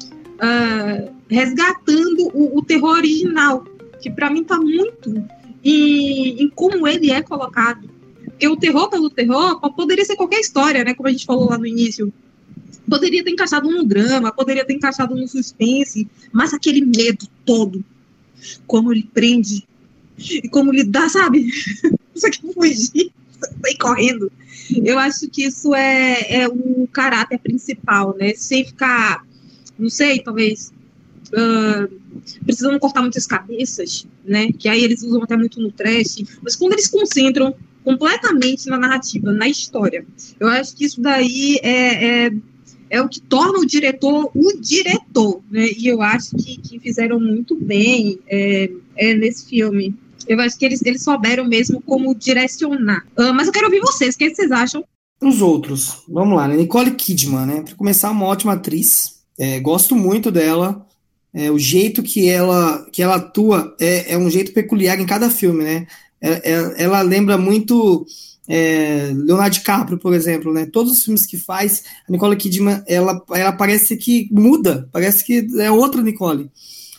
uh, resgatando o, o terror original, que para mim está muito em, em como ele é colocado. Porque o terror pelo terror poderia ser qualquer história, né? Como a gente falou lá no início. Poderia ter encaixado no drama, poderia ter encaixado no suspense, mas aquele medo todo, como ele prende, e como ele dá, sabe? Você quer fugir, sair correndo. Eu acho que isso é, é o caráter principal, né? Sem ficar, não sei, talvez... Uh, precisando cortar muitas cabeças, né? Que aí eles usam até muito no trash, mas quando eles concentram completamente na narrativa, na história, eu acho que isso daí é, é, é o que torna o diretor o diretor, né? E eu acho que, que fizeram muito bem é, é, nesse filme. Eu acho que eles, eles souberam mesmo como direcionar. Uh, mas eu quero ouvir vocês, o que vocês acham? Os outros, vamos lá, né? Nicole Kidman, né? Para começar, uma ótima atriz, é, gosto muito dela. É, o jeito que ela, que ela atua é, é um jeito peculiar em cada filme, né? É, é, ela lembra muito é, Leonardo DiCaprio, por exemplo, né? Todos os filmes que faz, a Nicole Kidman, ela, ela parece que muda, parece que é outra Nicole.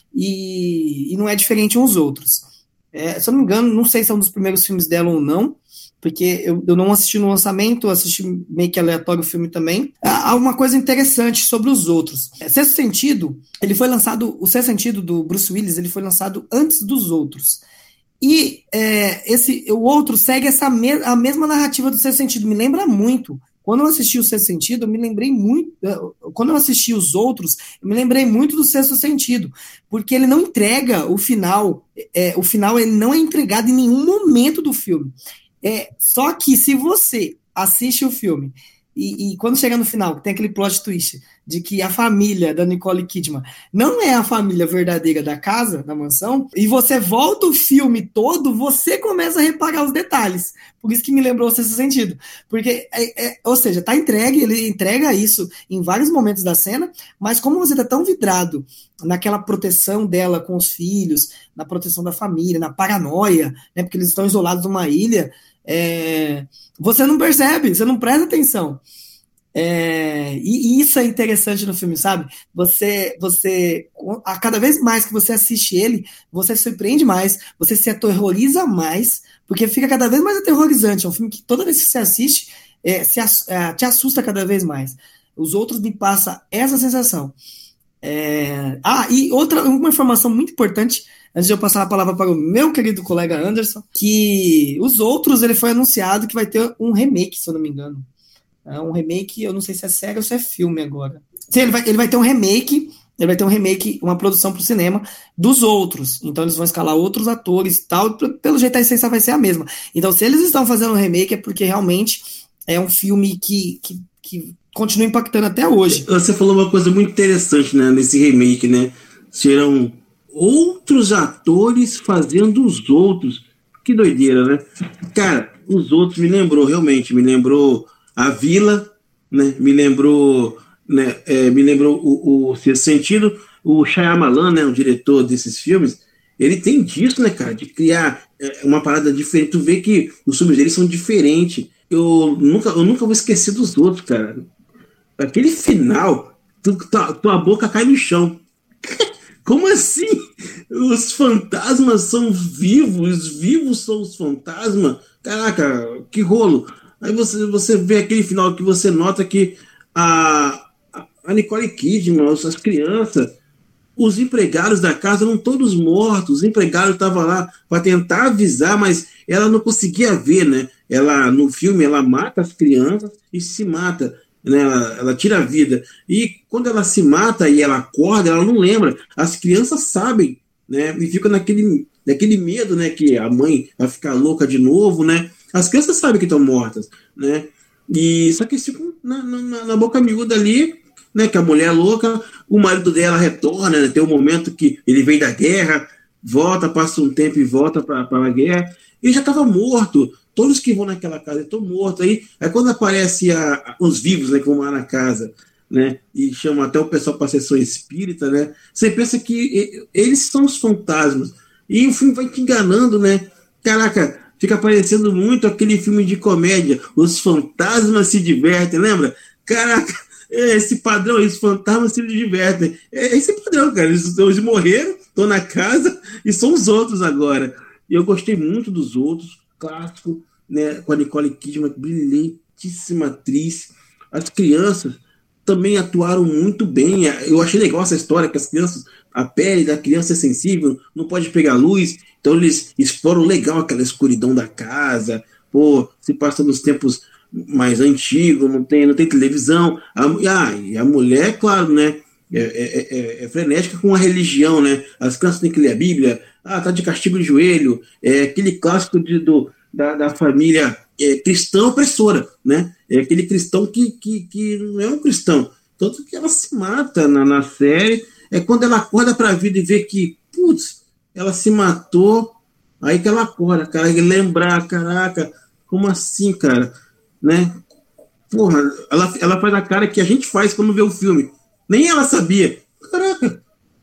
E, e não é diferente uns outros. É, se eu não me engano, não sei se é um dos primeiros filmes dela ou não, porque eu, eu não assisti no lançamento, eu assisti meio que aleatório o filme também. Há uma coisa interessante sobre Os Outros. Sexto Sentido, ele foi lançado, o Sexto Sentido do Bruce Willis, ele foi lançado antes dos Outros. E é, esse, o outro segue essa me, a mesma narrativa do Sexto Sentido, me lembra muito. Quando eu assisti o Sexto Sentido, eu me lembrei muito... Quando eu assisti Os Outros, eu me lembrei muito do Sexto Sentido, porque ele não entrega o final, é, o final ele não é entregado em nenhum momento do filme. É, só que se você assiste o filme e, e quando chega no final, tem aquele plot twist de que a família da Nicole Kidman não é a família verdadeira da casa, da mansão, e você volta o filme todo, você começa a reparar os detalhes. Por isso que me lembrou o Sexto Sentido. Porque, é, é, ou seja, tá entregue, ele entrega isso em vários momentos da cena, mas como você tá tão vidrado naquela proteção dela com os filhos, na proteção da família, na paranoia, né, porque eles estão isolados numa ilha, é, você não percebe, você não presta atenção. É, e, e isso é interessante no filme, sabe? Você, você, a cada vez mais que você assiste ele, você se surpreende mais, você se aterroriza mais, porque fica cada vez mais aterrorizante. É um filme que toda vez que você assiste, é, se, é, te assusta cada vez mais. Os Outros me passam essa sensação. É, ah, e outra, uma informação muito importante, antes de eu passar a palavra para o meu querido colega Anderson, que Os Outros, ele foi anunciado que vai ter um remake, se eu não me engano. É um remake, eu não sei se é série ou se é filme agora. Sim, ele vai, ele vai ter um remake, ele vai ter um remake, uma produção para o cinema dos Outros. Então eles vão escalar outros atores e tal, pelo jeito a essência vai ser a mesma. Então se eles estão fazendo um remake é porque realmente é um filme que, que, que continua impactando até hoje. Você falou uma coisa muito interessante, né, nesse remake, né? Serão outros atores fazendo os outros. Que doideira, né? Cara, os outros me lembrou, realmente, me lembrou A Vila, né? Me lembrou, né? É, me lembrou o, o Sexto Sentido. O Shyamalan, né, o diretor desses filmes, ele tem disso, né, cara, de criar uma parada diferente. Tu vê que os filmes dele são diferentes. Eu nunca, eu nunca vou esquecer dos outros, cara. Aquele final, tu, tua, tua boca cai no chão. Como assim? Os fantasmas são vivos, os vivos são os fantasmas? Caraca, que rolo. Aí você, você vê aquele final que você nota que a, a Nicole Kidman, as crianças, os empregados da casa eram todos mortos. Os empregados estavam lá para tentar avisar, mas ela não conseguia ver, né? Ela, no filme, ela mata as crianças e se mata. Né, ela, ela tira a vida. E quando ela se mata e ela acorda, ela não lembra. As crianças sabem, né? E fica naquele, naquele medo, né? Que a mãe vai ficar louca de novo, né? As crianças sabem que estão mortas, né? E só que eles ficam na, na, na boca miúda ali, né? Que a mulher é louca, o marido dela retorna, né? Tem um momento que ele vem da guerra, volta, passa um tempo e volta para a guerra. Ele já estava morto. Todos que vão naquela casa estão mortos. Aí, aí quando aparece a, a, os vivos, né, que vão lá na casa, né, e chamam até o pessoal para a sessão espírita, né, você pensa que e, eles são os fantasmas. E o filme vai te enganando, né? Caraca, fica parecendo muito aquele filme de comédia, Os Fantasmas Se Divertem, lembra? Caraca, é esse padrão, os fantasmas se divertem. É esse padrão, cara. Eles, eles morreram, estão na casa e são os outros agora. E eu gostei muito dos outros, clássico, né, com a Nicole Kidman, brilhantíssima atriz. As crianças também atuaram muito bem. Eu achei legal essa história, que as crianças, a pele da criança é sensível, não pode pegar luz, então eles exploram legal aquela escuridão da casa. Pô, se passa nos tempos mais antigos, não tem, não tem televisão. A, ah, e a mulher, claro, né, é, é, é, é frenética com a religião, né? As crianças têm que ler a Bíblia. Ah, tá de castigo de joelho. É aquele clássico de, do, da, da família é, cristã opressora, né? É aquele cristão que, que, que não é um cristão. Tanto que ela se mata na, na série. É quando ela acorda para a vida e vê que, putz, ela se matou. Aí que ela acorda, cara, e lembrar, caraca, como assim, cara? Né? Porra, ela, ela faz a cara que a gente faz quando vê o filme. Nem ela sabia. Caraca.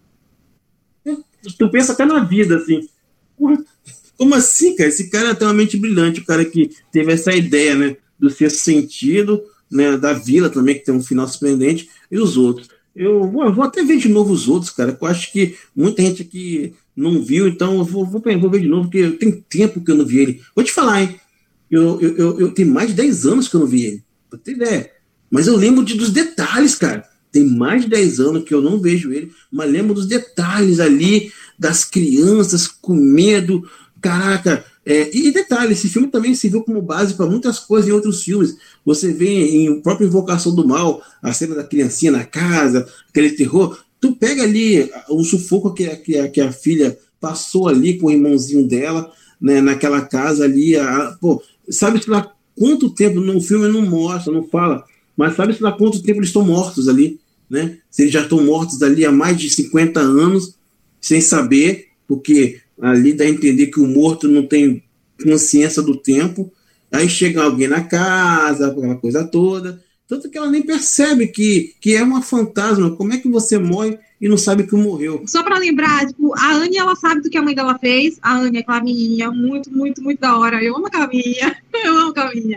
Tu pensa até na vida, assim. Porra, como assim, cara? Esse cara tem uma mente brilhante, o cara que teve essa ideia, né? Do Sexto Sentido, né? Da Vila também, que tem um final surpreendente, e os outros. Eu vou, eu vou até ver de novo os outros, cara, que eu acho que muita gente aqui não viu, então eu vou, vou, vou ver de novo, porque tem tempo que eu não vi ele. Vou te falar, hein? Eu, eu, eu, eu tenho mais de dez anos que eu não vi ele, pra ter ideia. Mas eu lembro de, dos detalhes, cara. Tem mais de dez anos que eu não vejo ele, mas lembro dos detalhes ali, das crianças com medo. Caraca, é, e detalhe, esse filme também serviu como base para muitas coisas em outros filmes. Você vê em própria Invocação do Mal, a cena da criancinha na casa, aquele terror. Tu pega ali o sufoco que, que, que a filha passou ali com o irmãozinho dela, né, naquela casa ali. A, pô, sabe-se lá quanto tempo, no filme não mostra, não fala, mas sabe-se lá quanto tempo eles estão mortos ali. Né? Se eles já estão mortos ali há mais de cinquenta anos, sem saber, porque ali dá a entender que o morto não tem consciência do tempo. Aí chega alguém na casa, aquela coisa toda, tanto que ela nem percebe que, que é uma fantasma. Como é que você morre e não sabe que morreu? Só para lembrar, tipo, a Anne, ela sabe do que a mãe dela fez. A Anne é aquela menininha muito, muito, muito da hora. Eu amo a Caminha, eu amo a Caminha.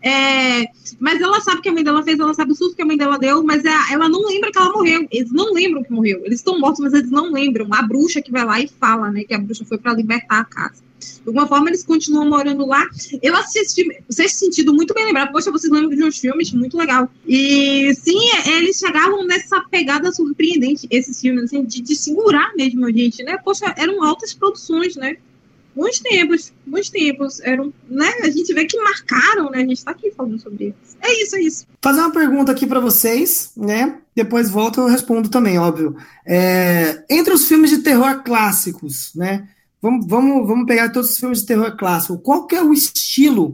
É, mas ela sabe o que a mãe dela fez, ela sabe o susto que a mãe dela deu, mas é, ela não lembra que ela morreu. Eles não lembram que morreu. Eles estão mortos, mas eles não lembram. A bruxa que vai lá e fala, né, que a bruxa foi para libertar a casa. De alguma forma, eles continuam morando lá. Eu assisti, Sexto Sentido, muito bem lembrado. Poxa, vocês lembram de uns filmes? Muito legal. E, sim, eles chegavam nessa pegada surpreendente, esses filmes, assim, de, de segurar mesmo a gente, né? Poxa, eram altas produções, né? Muitos tempos, muitos tempos. Eram, né? A gente vê que marcaram, né? A gente tá aqui falando sobre isso. É isso, é isso. Fazer uma pergunta aqui para vocês, né? Depois volto e eu respondo também, óbvio. É, entre os filmes de terror clássicos, né? Vamos, vamos, vamos pegar todos os filmes de terror clássico. Qual que é o estilo,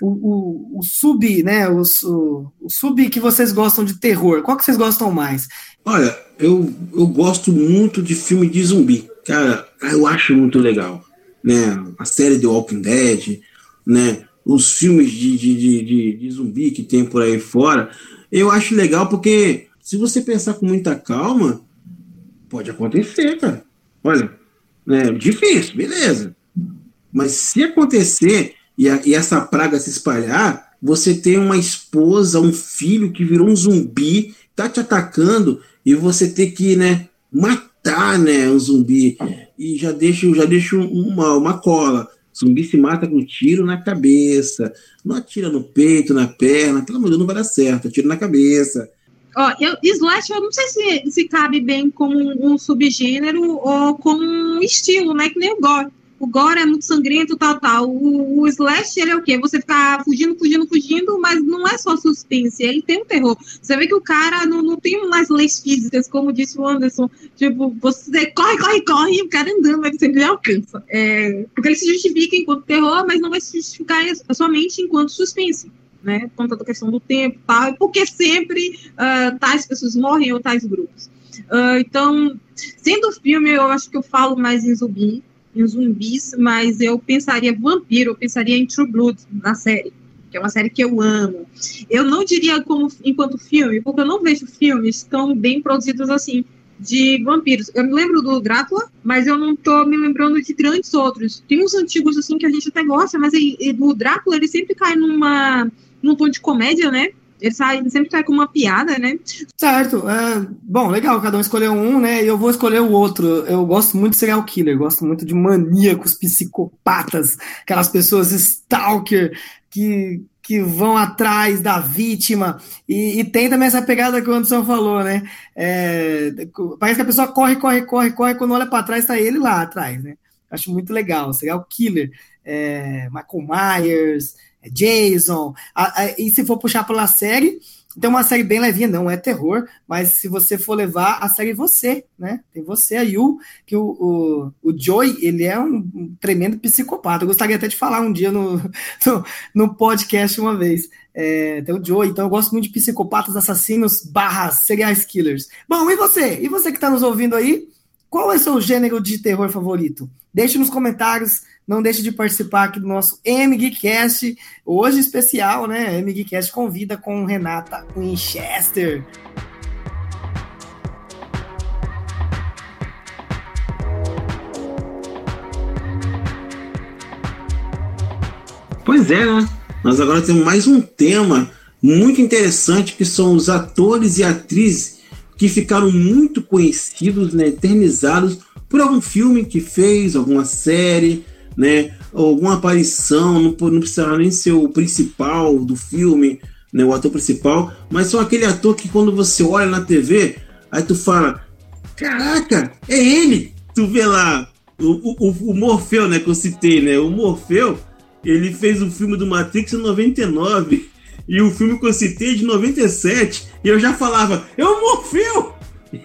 o, o, o sub, né, o, o, o sub que vocês gostam de terror, qual que vocês gostam mais? Olha, eu, eu gosto muito de filme de zumbi, cara, eu acho muito legal, né, a série The Walking Dead, né, os filmes de, de, de, de, de zumbi que tem por aí fora, eu acho legal porque se você pensar com muita calma, pode acontecer, cara, olha, né, difícil, beleza, mas se acontecer e, a, e essa praga se espalhar, você tem uma esposa, um filho que virou um zumbi, tá te atacando e você tem que, né, matar, né, o zumbi. E já deixa, já deixa uma, uma cola. O zumbi se mata com tiro na cabeça. Não atira no peito, na perna. Pelo amor de Deus, não vai dar certo. Atira na cabeça. Ó, eu, Slash, eu não sei se, se cabe bem como um, um subgênero ou como um estilo, né? Que nem o Gore. O Gore é muito sangrento, tal, tal. O, o Slash, ele é o quê? Você ficar fugindo, fugindo, fugindo, mas não é só suspense, ele tem um terror. Você vê que o cara não, não tem umas leis físicas, como disse o Anderson. Tipo, você corre, corre, corre, e o cara andando, mas sempre alcança. É, porque ele se justifica enquanto terror, mas não vai se justificar somente enquanto suspense. Né, por conta da questão do tempo, tal, porque sempre uh, tais pessoas morrem ou tais grupos. Uh, então, sendo filme, eu acho que eu falo mais em zumbi, em zumbis, mas eu pensaria vampiro, eu pensaria em True Blood na série, que é uma série que eu amo. Eu não diria como enquanto filme, porque eu não vejo filmes tão bem produzidos assim de vampiros. Eu me lembro do Drácula, mas eu não tô me lembrando de grandes outros. Tem uns antigos assim que a gente até gosta, mas e, e do Drácula ele sempre cai numa num tom de comédia, né? Ele, sai, ele sempre sai com uma piada, né? Certo. É, bom, legal, cada um escolheu um, né? E eu vou escolher o outro. Eu gosto muito de serial killer, gosto muito de maníacos, psicopatas, aquelas pessoas stalker que, que vão atrás da vítima. E, e tem também essa pegada que o Anderson falou, né? É, parece que a pessoa corre, corre, corre, corre, quando olha para trás, tá ele lá atrás, né? Acho muito legal. Serial killer, é, Michael Myers, Jason, a, a, e se for puxar pela série, tem uma série bem levinha, não é terror, mas se você for levar a série Você, né? Tem Você, a Yu, que o, o, o Joey, ele é um, um tremendo psicopata. Eu gostaria até de falar um dia no, no, no podcast uma vez. É, tem o Joey, então eu gosto muito de psicopatas, assassinos, barras, serial killers. Bom, e você? E você que está nos ouvindo aí? Qual é o seu gênero de terror favorito? Deixe nos comentários. Não deixe de participar aqui do nosso MGeekcast, hoje especial, né? MGeekcast convida com Renata Winchester. Pois é, né? Nós agora temos mais um tema muito interessante, que são os atores e atrizes que ficaram muito conhecidos, né, eternizados por algum filme que fez, alguma série, né, alguma aparição, não, não precisa nem ser o principal do filme, né, o ator principal, mas são aquele ator que quando você olha na T V, aí tu fala, caraca, é ele! Tu vê lá, o, o, o Morfeu, né, que eu citei, né, o Morfeu, ele fez o filme do Matrix em noventa e nove, e o filme que eu citei é de noventa e sete, e eu já falava, é o Morfeu!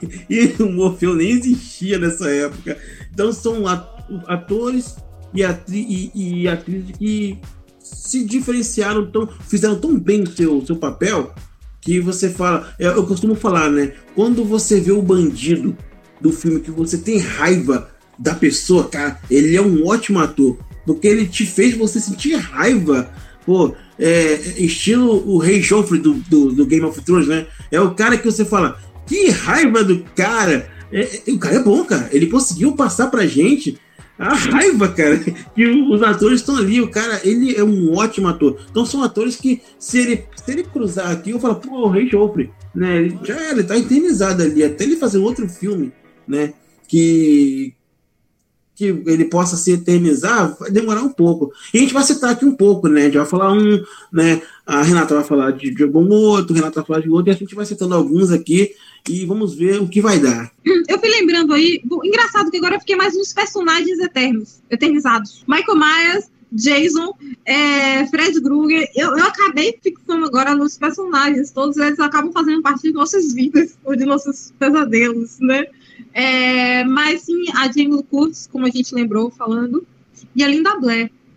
E o Morfeu nem existia nessa época. Então são atores e, atri e, e atrizes que se diferenciaram, tão, fizeram tão bem o seu, seu papel, que você fala, eu, eu costumo falar, né? Quando você vê o bandido do filme, que você tem raiva da pessoa, cara, ele é um ótimo ator, porque ele te fez você sentir raiva, pô, é, estilo o Rei Joffrey do, do, do Game of Thrones, né? É o cara que você fala, que raiva do cara, é, é, o cara é bom, cara, ele conseguiu passar pra gente a raiva, cara, que os atores estão ali, o cara, ele é um ótimo ator. Então são atores que, se ele, se ele cruzar aqui, eu falo, pô, o Rei Joffrey, né, ele, já ele tá eternizado ali, até ele fazer outro filme, né, que, que ele possa se eternizar, vai demorar um pouco. E a gente vai citar aqui um pouco, né, a gente vai falar um, né, a Renata vai falar de, de algum outro, a Renata vai falar de outro, e a gente vai citando alguns aqui, e vamos ver o que vai dar. Eu fui lembrando aí, engraçado que agora eu fiquei mais nos personagens eternos, eternizados. Michael Myers, Jason, é, Fred Krueger, eu, eu acabei fixando agora nos personagens, todos eles acabam fazendo parte de nossas vidas, ou de nossos pesadelos, né? É, mas sim, a Jamie Lee Curtis, como a gente lembrou falando, e a Linda Blair.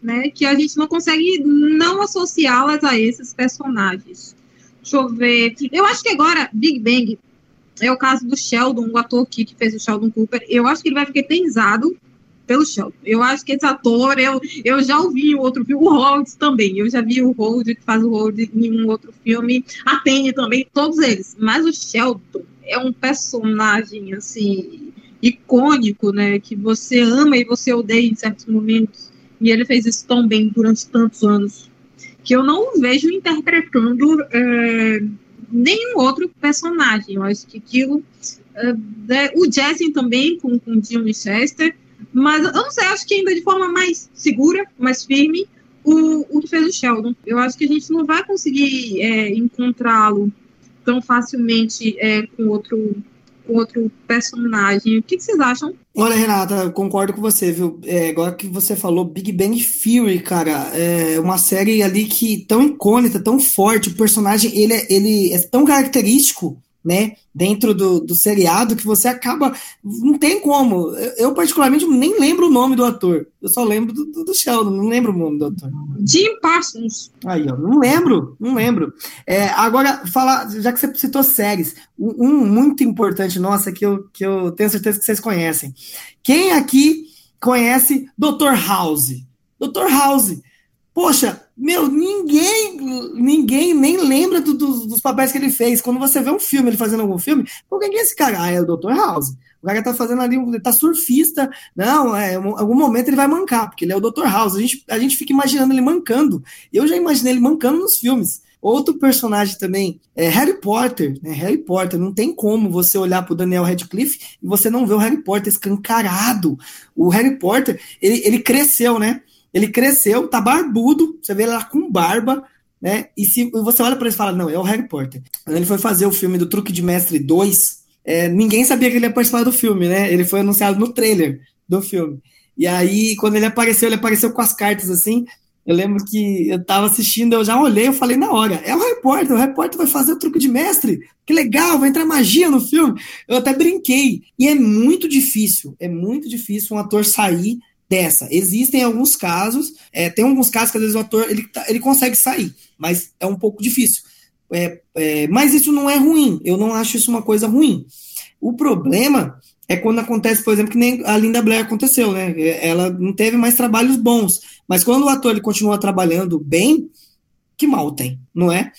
né, que a gente não consegue não associá-las a esses personagens. Deixa eu ver. Eu acho que agora, Big Bang, é o caso do Sheldon, o ator que, que fez o Sheldon Cooper. Eu acho que ele vai ficar eternizado pelo Sheldon. Eu acho que esse ator, eu, eu já ouvi o outro filme, o Rhodes também. Eu já vi o Rhodes, que faz o Rhodes em um outro filme. A Penny também, todos eles. Mas o Sheldon é um personagem, assim, icônico, né? Que você ama e você odeia em certos momentos. E ele fez isso tão bem durante tantos anos, que eu não o vejo interpretando é, nenhum outro personagem. Eu acho que aquilo... É, é, o Jesse também, com, com o Jim Winchester, mas eu não sei, acho que ainda de forma mais segura, mais firme, o, o que fez o Sheldon. Eu acho que a gente não vai conseguir é, encontrá-lo tão facilmente é, com outro... com outro personagem. O que, que vocês acham? Olha, Renata, concordo com você, viu? É, agora que você falou, Big Bang Theory, cara, é uma série ali que tão icônica, tão forte, o personagem, ele é, ele é tão característico, né, dentro do, do seriado, que você acaba, não tem como, eu, eu particularmente nem lembro o nome do ator, eu só lembro do, do, do Sheldon, não lembro o nome do ator. Jim Parsons. Aí, ó, não lembro, não lembro. É, agora, fala, já que você citou séries, um, um muito importante nossa, que eu, que eu tenho certeza que vocês conhecem. Quem aqui conhece doutor House? doutor House. Poxa, meu, ninguém, ninguém nem lembra do, do, dos papéis que ele fez. Quando você vê um filme, ele fazendo algum filme, pô, quem é esse cara? Ah, é o doutor House. O cara tá fazendo ali, ele tá surfista. Não, é, em algum momento ele vai mancar, porque ele é o doutor House. A gente, a gente fica imaginando ele mancando. Eu já imaginei ele mancando nos filmes. Outro personagem também é Harry Potter, né? Harry Potter, não tem como você olhar pro Daniel Radcliffe e você não ver o Harry Potter escancarado. O Harry Potter, ele, ele cresceu, né? Ele cresceu, tá barbudo, você vê ele lá com barba, né? E se você olha pra ele e fala, não, é o Harry Potter. Quando ele foi fazer o filme do Truque de Mestre dois, é, ninguém sabia que ele ia participar do filme, né? Ele foi anunciado no trailer do filme. E aí, quando ele apareceu, ele apareceu com as cartas assim. Eu lembro que eu tava assistindo, eu já olhei, eu falei na hora, é o Harry Potter, o Harry Potter vai fazer o Truque de Mestre, que legal, vai entrar magia no filme. Eu até brinquei. E é muito difícil, é muito difícil um ator sair dessa. Existem alguns casos, é, tem alguns casos que às vezes o ator ele, ele consegue sair, mas é um pouco difícil. É, é, mas isso não é ruim, eu não acho isso uma coisa ruim. O problema é quando acontece, por exemplo, que nem a Linda Blair aconteceu, né? Ela não teve mais trabalhos bons, mas quando o ator ele continua trabalhando bem, que mal tem, não é?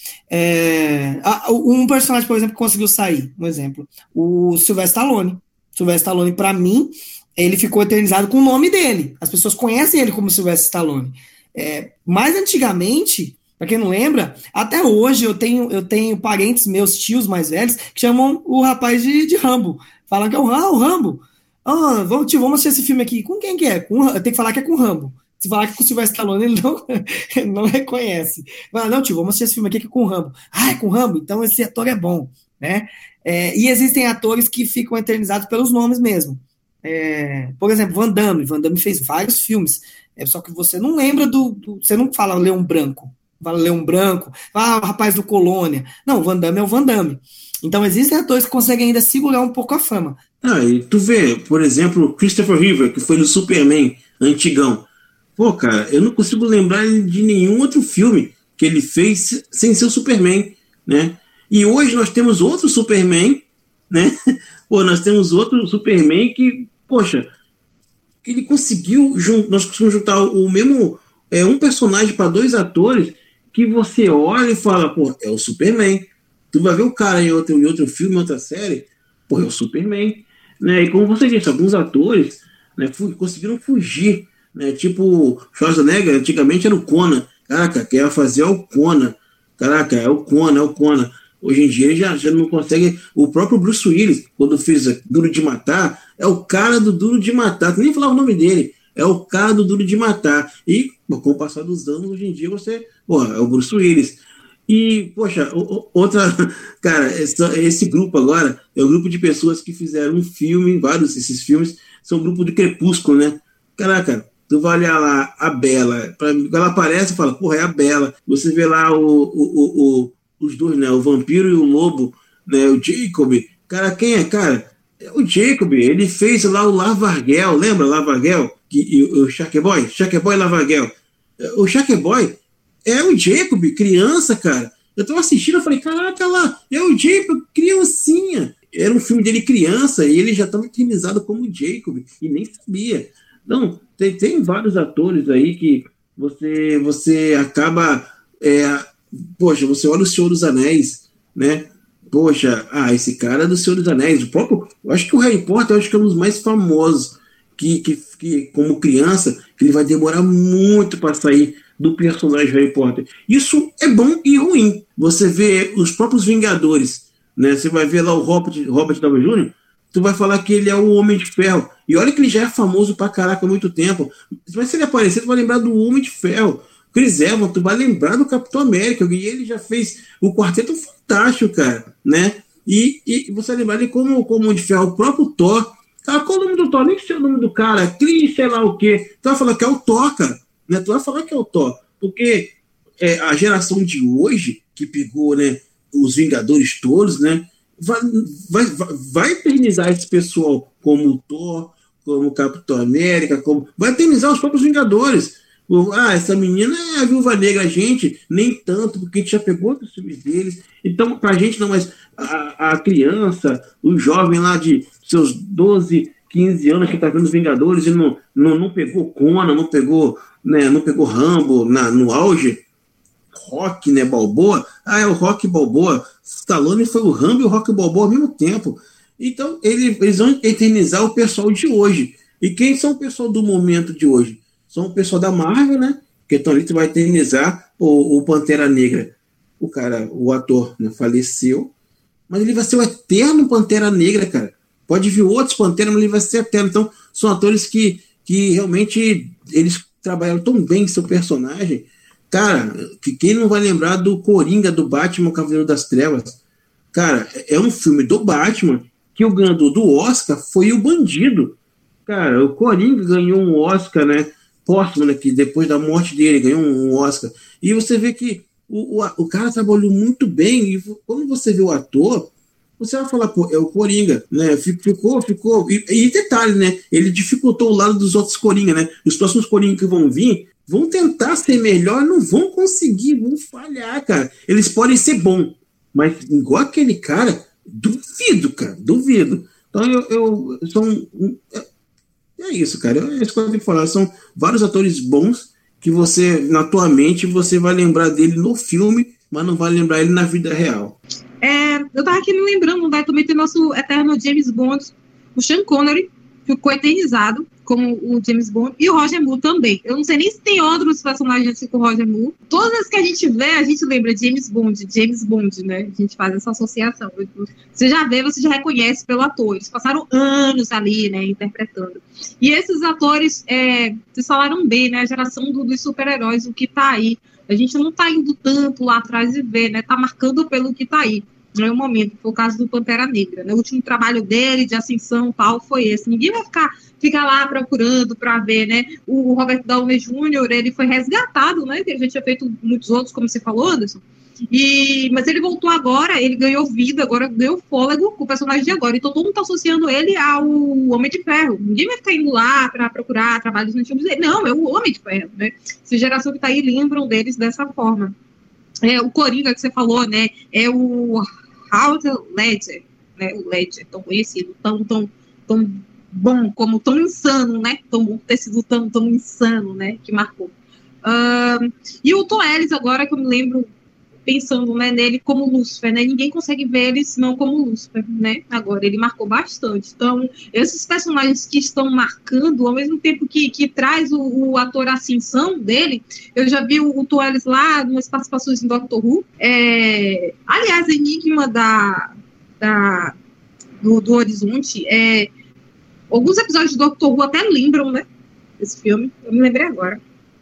é um personagem, por exemplo, que conseguiu sair, um exemplo, o Sylvester Stallone. Sylvester Stallone, para mim, ele ficou eternizado com o nome dele. As pessoas conhecem ele como Sylvester Stallone. É, mais antigamente, para quem não lembra, até hoje eu tenho, eu tenho parentes meus, tios mais velhos, que chamam o rapaz de, de Rambo. Falam que é o, ah, o Rambo. Ah, vamos, tio, vamos assistir esse filme aqui. Com quem que é? Com, tem que falar que é com o Rambo. Se falar que é com o Sylvester Stallone, ele não, ele não reconhece. Fala, não, tio, vamos assistir esse filme aqui que é com o Rambo. Ah, é com o Rambo? Então esse ator é bom, né? É, e existem atores que ficam eternizados pelos nomes mesmo. É, por exemplo, Van Damme. Van Damme fez vários filmes, é, só que você não lembra do, do... Você não fala Leão Branco, fala Leão Branco, ah, o rapaz do Colônia. Não, o Van Damme é o Van Damme. Então existem atores que conseguem ainda segurar um pouco a fama. Ah, e tu vê, por exemplo, Christopher Reeve, que foi no Superman, antigão. Pô, cara, eu não consigo lembrar de nenhum outro filme que ele fez sem ser o Superman, né? E hoje nós temos outro Superman, né? Pô, nós temos outro Superman que, poxa, ele conseguiu, nós conseguimos juntar o mesmo, é, um personagem para dois atores que você olha e fala, pô, é o Superman. Tu vai ver o cara em outro, em outro filme, em outra série, pô, é o Superman. Né? E como você disse, alguns atores, né, conseguiram fugir, né? Tipo, Schwarzenegger, antigamente era o Conan. Caraca, quer fazer o Conan. Caraca, é o Conan, é o Conan. Hoje em dia ele já, já não consegue. O próprio Bruce Willis, quando fez Duro de Matar, é o cara do Duro de Matar. Nem falava o nome dele. É o cara do Duro de Matar. E, pô, com o passar dos anos, hoje em dia você. Pô, é o Bruce Willis. E, poxa, outra. Cara, esse grupo agora é um grupo de pessoas que fizeram um filme, vários desses filmes, são um grupo de Crepúsculo, né? Caraca, tu vai olhar lá a Bella, pra, ela aparece e fala, porra, é a Bella. Você vê lá o, o, o, o, os dois, né? O vampiro e o lobo, né? O Jacob. Cara, quem é, cara? É o Jacob. Ele fez lá o Lavarguel, lembra Lavarguel? E, e, o Shark Boy? Shark Boy e Lavarguel. O Shark Boy é o Jacob, criança, cara. Eu tava assistindo, eu falei, caraca lá, é o Jacob, criancinha. Era um filme dele criança e ele já estava eternizado como Jacob e nem sabia. Então, tem, tem vários atores aí que você, você acaba... É, poxa, você olha o Senhor dos Anéis, né? Poxa, ah, esse cara é do Senhor dos Anéis. O próprio, eu acho que o Harry Potter eu acho que é um dos mais famosos que, que, que como criança, que ele vai demorar muito para sair do personagem Harry Potter. Isso é bom e ruim. Você vê os próprios Vingadores, né? Você vai ver lá o Robert, Robert Downey júnior, tu vai falar que ele é o Homem de Ferro. E olha que ele já é famoso pra caraca há muito tempo. Mas se ele aparecer, tu vai lembrar do Homem de Ferro. Chris Evans, tu vai lembrar do Capitão América, e ele já fez o Quarteto Fantástico, cara, né? E, e você vai lembrar ele como, como Homem de Ferro, o próprio Thor. Cara, qual é o nome do Thor? Nem sei o nome do cara, Chris, sei lá o quê. Tu vai falar que é o Thor, cara, né? Tu vai falar que é o Thor, porque é, a geração de hoje, que pegou, né, os Vingadores todos, né, vai, vai, vai eternizar esse pessoal como o Thor, como o Capitão América, como... vai eternizar os próprios Vingadores. Ah, essa menina é a Viúva Negra, a gente, nem tanto, porque a gente já pegou os filmes deles. Então, pra gente não, mas a, a criança, o jovem lá de seus doze, quinze anos que tá vendo os Vingadores e não, não, não pegou Conan, não pegou, né, não pegou Rambo na, no auge, Rock, né, Balboa. Ah, é o Rock Balboa. Stallone foi o Rambo e o Rock Balboa ao mesmo tempo. Então, ele, eles vão eternizar o pessoal de hoje. E quem são o pessoal do momento de hoje? São o pessoal da Marvel, né? Que estão ali, tu vai eternizar o, o Pantera Negra. O cara, o ator, né, faleceu, mas ele vai ser o eterno Pantera Negra, cara. Pode vir outros Panteras, mas ele vai ser eterno. Então, são atores que, que realmente eles trabalharam tão bem seu personagem. Cara, que quem não vai lembrar do Coringa, do Batman, Cavaleiro das Trevas? Cara, é um filme do Batman que o ganhador do Oscar foi o Bandido. Cara, o Coringa ganhou um Oscar, né? Póstumo, né, que depois da morte dele ganhou um Oscar, e você vê que o, o, o cara trabalhou muito bem, e quando você vê o ator, você vai falar, pô, é o Coringa, né, ficou, ficou, e, e detalhe, né, ele dificultou o lado dos outros Coringa, né, os próximos Coringa que vão vir, vão tentar ser melhor, não vão conseguir, vão falhar, cara, eles podem ser bons, mas igual aquele cara, duvido, cara, duvido, então eu, eu são... É isso, cara. É isso que eu tenho que falar. São vários atores bons que você, na tua mente, você vai lembrar dele no filme, mas não vai lembrar ele na vida real. É, eu tava aqui me lembrando, né? Também tem nosso eterno James Bond, o Sean Connery, ficou eternizado como o James Bond, e o Roger Moore também. Eu não sei nem se tem outros personagens assim com o Roger Moore. Todas as que a gente vê, a gente lembra de James Bond, James Bond, né? A gente faz essa associação. Você já vê, você já reconhece pelo ator. Eles passaram anos ali, né, interpretando. E esses atores, é, vocês falaram bem, né? A geração do, dos super-heróis, o que tá aí. A gente não tá indo tanto lá atrás e ver, né? Tá marcando pelo que tá aí. Não é o momento, foi o caso do Pantera Negra, né? O último trabalho dele, de ascensão tal, foi esse. Ninguém vai ficar, ficar lá procurando para ver, né? O Robert Downey júnior, ele foi resgatado, né? A gente tinha feito muitos outros, como você falou, Anderson. E, mas ele voltou agora, ele ganhou vida, agora ganhou fôlego com o personagem de agora. Então todo mundo tá associando ele ao Homem de Ferro. Ninguém vai ficar indo lá para procurar trabalhos no filme dele. Não, é o Homem de Ferro, né? Essa geração que tá aí lembram deles dessa forma. É, o Coringa que você falou, né? É o Heath Ledger, né? O Ledger, tão conhecido, tão, tão, tão bom, como tão insano, né? Tão bom ter sido tão, tão insano, né? Que marcou. Uh, e o Tom Ellis, agora que eu me lembro, pensando, né, nele como Lúcifer, né? Ninguém consegue ver ele senão como Lúcifer, né? Agora, ele marcou bastante. Então, esses personagens que estão marcando, ao mesmo tempo que, que traz o, o ator a ascensão dele, eu já vi o, o Tom Ellis lá, nas participações em Doctor Who. É, aliás, Enigma da, da, do, do Horizonte, é, alguns episódios de Doctor Who até lembram, né? Esse filme, eu me lembrei agora.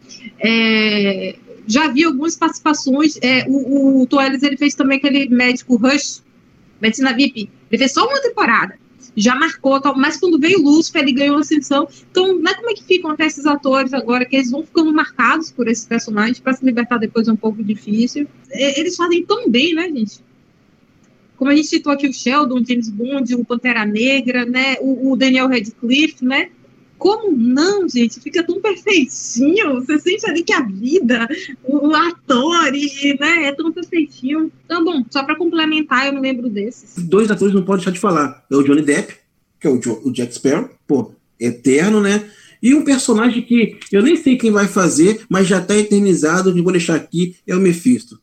É... Já vi algumas participações, é, o, o Tom Ellis, ele fez também aquele médico Rush, Medicina V I P, ele fez só uma temporada, já marcou, tal, mas quando veio Lúcifer, ele ganhou ascensão. Então, né, como é que ficam até esses atores agora, que eles vão ficando marcados por esses personagens, para se libertar depois é um pouco difícil. É, eles fazem tão bem, né, gente? Como a gente citou aqui o Sheldon, o James Bond, o Pantera Negra, né, o, o Daniel Radcliffe, né, Como não, gente? Fica tão perfeitinho. Você sente ali que a vida, o, o ator, e, né, é tão perfeitinho. Então, bom, só para complementar, eu me lembro desses. Dois atores não podem deixar de falar. É o Johnny Depp, que é o, jo- o Jack Sparrow, pô, eterno, né? E um personagem que eu nem sei quem vai fazer, mas já tá eternizado, eu vou deixar aqui, é o Mephisto.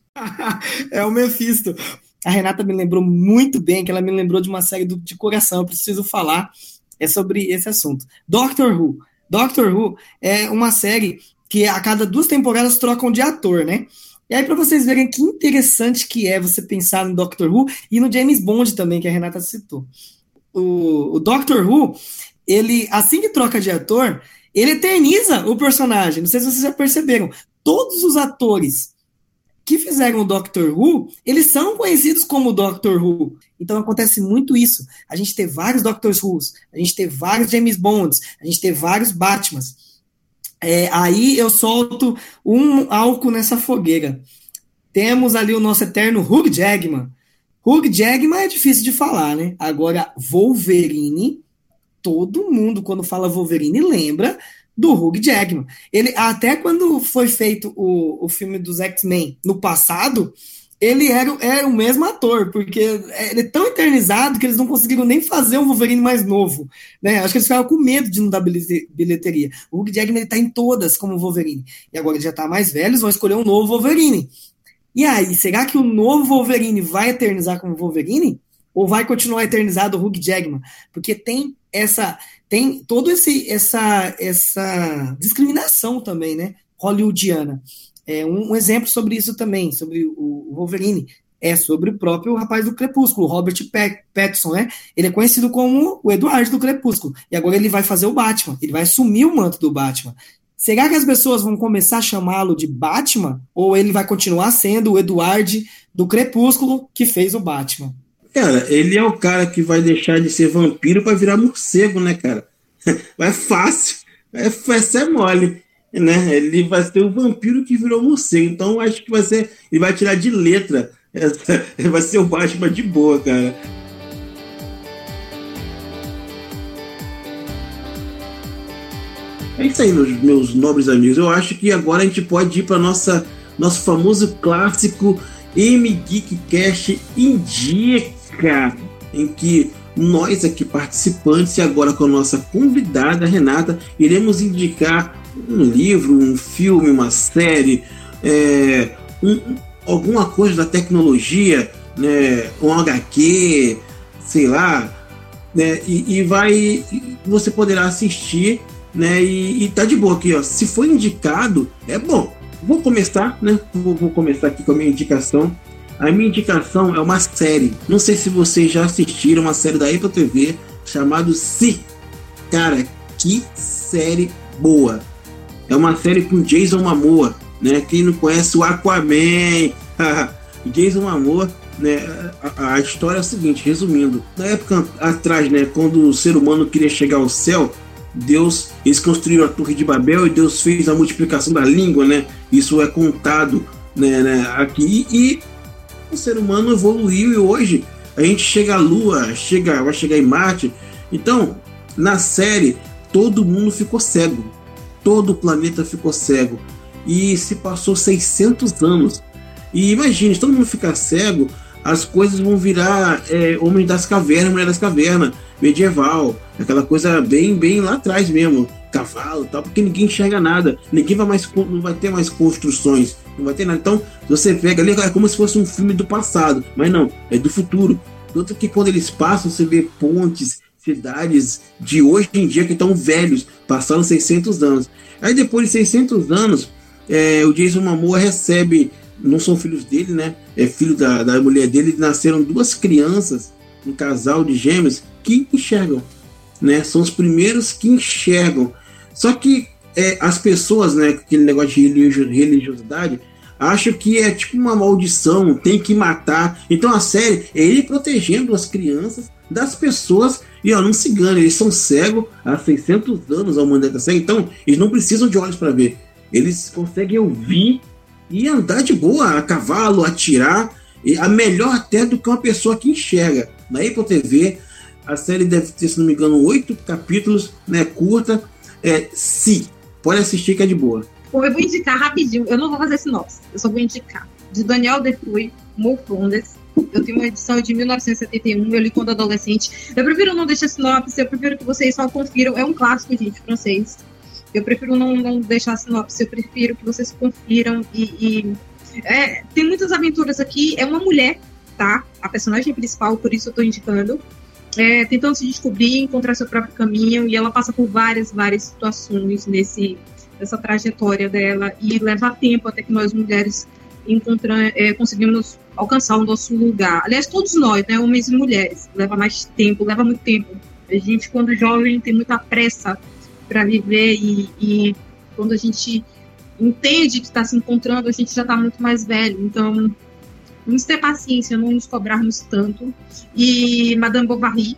É o Mephisto. A Renata me lembrou muito bem, que ela me lembrou de uma série do, de coração, eu preciso falar é sobre esse assunto. Doctor Who. Doctor Who é uma série que a cada duas temporadas trocam de ator, né? E aí, para vocês verem que interessante que é você pensar no Doctor Who e no James Bond também, que a Renata citou. O, o Doctor Who, ele, assim que troca de ator, ele eterniza o personagem. Não sei se vocês já perceberam. Todos os atores que fizeram o Doctor Who, eles são conhecidos como Doctor Who. Então acontece muito isso. A gente tem vários Doctors Who, a gente tem vários James Bonds, a gente tem vários Batmans. É, aí eu solto um álcool nessa fogueira. Temos ali o nosso eterno Hugh Jackman. Hugh Jackman é difícil de falar, né? Agora, Wolverine, todo mundo quando fala Wolverine lembra do Hugh Jackman. Ele, até quando foi feito o, o filme dos X-Men no passado, ele era, era o mesmo ator, porque ele é tão eternizado que eles não conseguiram nem fazer um Wolverine mais novo, né? Acho que eles ficaram com medo de não dar bilheteria. O Hugh Jackman está em todas como Wolverine. E agora ele já está mais velho, eles vão escolher um novo Wolverine. E aí, será que o novo Wolverine vai eternizar como Wolverine? Ou vai continuar eternizado o Hugh Jackman? Porque tem essa... tem toda essa, essa discriminação também, né, hollywoodiana. É um, um exemplo sobre isso também, sobre o Wolverine, é sobre o próprio rapaz do Crepúsculo, Robert Pattinson, né? Ele é conhecido como o Edward do Crepúsculo, e agora ele vai fazer o Batman, ele vai assumir o manto do Batman. Será que as pessoas vão começar a chamá-lo de Batman, ou ele vai continuar sendo o Edward do Crepúsculo que fez o Batman? Cara, ele é o cara que vai deixar de ser vampiro para virar morcego, né, cara? É fácil, é, vai ser mole, né? Ele vai ser o vampiro que virou morcego, então acho que vai ser, ele vai tirar de letra, essa, vai ser o Batman de boa, cara. É isso aí, meus, meus nobres amigos. Eu acho que agora a gente pode ir para nossa nosso famoso clássico M Geek Cast Indica, em que nós aqui participantes e agora com a nossa convidada Renata iremos indicar um livro, um filme, uma série, é, um, alguma coisa da tecnologia, né, um H Q, sei lá, né, e, e vai, você poderá assistir, né, e, e tá de boa aqui, ó. Se for indicado, é bom. Vou começar, né? Vou, vou começar aqui com a minha indicação. A minha indicação é uma série. Não sei se vocês já assistiram uma série da Apple T V chamada Si. Cara, que série boa. É uma série com Jason Momoa, né? Quem não conhece o Aquaman. Jason Momoa, né? A, a história é a seguinte, resumindo. Na época atrás, né? Quando o ser humano queria chegar ao céu, Deus, eles construíram a Torre de Babel e Deus fez a multiplicação da língua, né? Isso é contado, né, né, aqui. E o ser humano evoluiu e hoje a gente chega à Lua, chega, vai chegar em Marte. Então, na série, todo mundo ficou cego. Todo o planeta ficou cego. E se passou seiscentos anos. E imagine, se todo mundo ficar cego, as coisas vão virar é, Homem das Cavernas, Mulher das Cavernas, medieval, aquela coisa bem, bem lá atrás mesmo, cavalo e tal, porque ninguém enxerga nada, ninguém vai mais, não vai ter mais construções, não vai ter nada. Então, você pega ali, é como se fosse um filme do passado, mas não, é do futuro. Tanto que quando eles passam, você vê pontes, cidades de hoje em dia que estão velhos, passaram seiscentos anos. Aí depois de seiscentos anos, é, o Jason Momoa recebe, não são filhos dele, né? É filho da, da mulher dele, nasceram duas crianças, um casal de gêmeos que enxergam, né? São os primeiros que enxergam. Só que é, as pessoas, né, com aquele negócio de religiosidade, acham que é tipo uma maldição, tem que matar. Então a série é ele protegendo as crianças das pessoas. E ó, não se engane, eles são cegos há seiscentos anos, a humanidade tá cega, então eles não precisam de olhos para ver. Eles conseguem ouvir e andar de boa, a cavalo, atirar, e a melhor até do que uma pessoa que enxerga. Na Apple T V, a série deve ter, se não me engano, oito capítulos, né, curta. É, sim, pode assistir que é de boa. Bom, eu vou indicar rapidinho, eu não vou fazer sinopse, eu só vou indicar. De Daniel Defoe, Mo Flanders. Eu tenho uma edição de mil novecentos e setenta e um, eu li quando adolescente. Eu prefiro não deixar sinopse, eu prefiro que vocês só confiram. É um clássico, gente, francês. Eu prefiro não, não deixar sinopse, eu prefiro que vocês confiram. E, e é, tem muitas aventuras aqui. É uma mulher, tá? A personagem principal, por isso eu tô indicando. É, tentando se descobrir, encontrar seu próprio caminho. E ela passa por várias, várias situações nesse, nessa trajetória dela. E leva tempo até que nós, mulheres, encontrar, é, conseguimos alcançar o nosso lugar. Aliás, todos nós, né, homens e mulheres, leva mais tempo, leva muito tempo. A gente, quando jovem, tem muita pressa para viver e, e quando a gente entende que está se encontrando, a gente já está muito mais velho. Então, vamos ter paciência, não nos cobrarmos tanto. E Madame Bovary,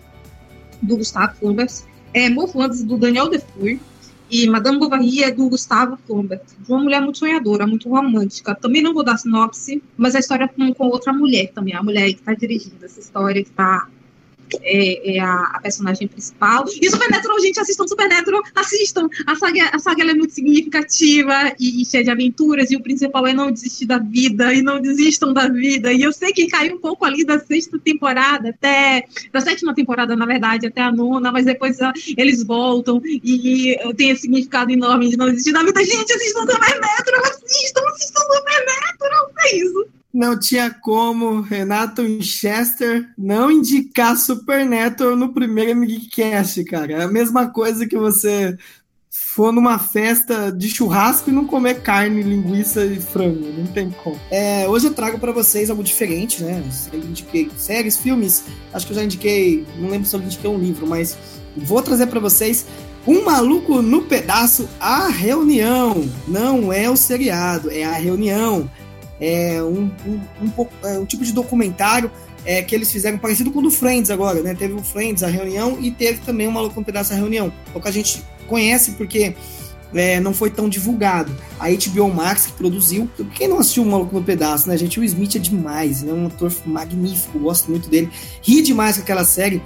do Gustave Flaubert, é Mo Flanders, do Daniel Defoe, e Madame Bovary é do Gustave Flaubert, de uma mulher muito sonhadora, muito romântica. Também não vou dar sinopse, mas a história com, com outra mulher também, a mulher que está dirigindo essa história, que está é, é a, a personagem principal. E Supernatural, gente, assistam Supernatural, assistam. A saga, a saga ela é muito significativa e, e cheia de aventuras, e o principal é não desistir da vida, e não desistam da vida. E eu sei que caiu um pouco ali da sexta temporada, até da sétima temporada, na verdade, até a nona, mas depois uh, eles voltam, e uh, tem esse significado enorme de não desistir da vida. Gente, assistam Supernatural, assistam, assistam Supernatural, é isso. Não tinha como Renato Winchester não indicar Supernatural no primeiro MGCast, cara. É a mesma coisa que você for numa festa de churrasco e não comer carne, linguiça e frango. Não tem como. É, hoje eu trago pra vocês algo diferente, né? Eu indiquei séries, filmes. Acho que eu já indiquei, não lembro se eu indiquei um livro, mas vou trazer pra vocês Um Maluco no Pedaço, A Reunião. Não é o seriado, é A Reunião. É um, um, um, é um tipo de documentário é, que eles fizeram parecido com o do Friends agora, né? Teve o Friends, A Reunião, e teve também o Maluco no Pedaço, A Reunião. É o que a gente conhece porque é, não foi tão divulgado. A H B O Max que produziu. Quem não assistiu o Maluco no Pedaço, né, gente? O Smith é demais, né? Um ator magnífico, gosto muito dele. Ri demais com aquela série.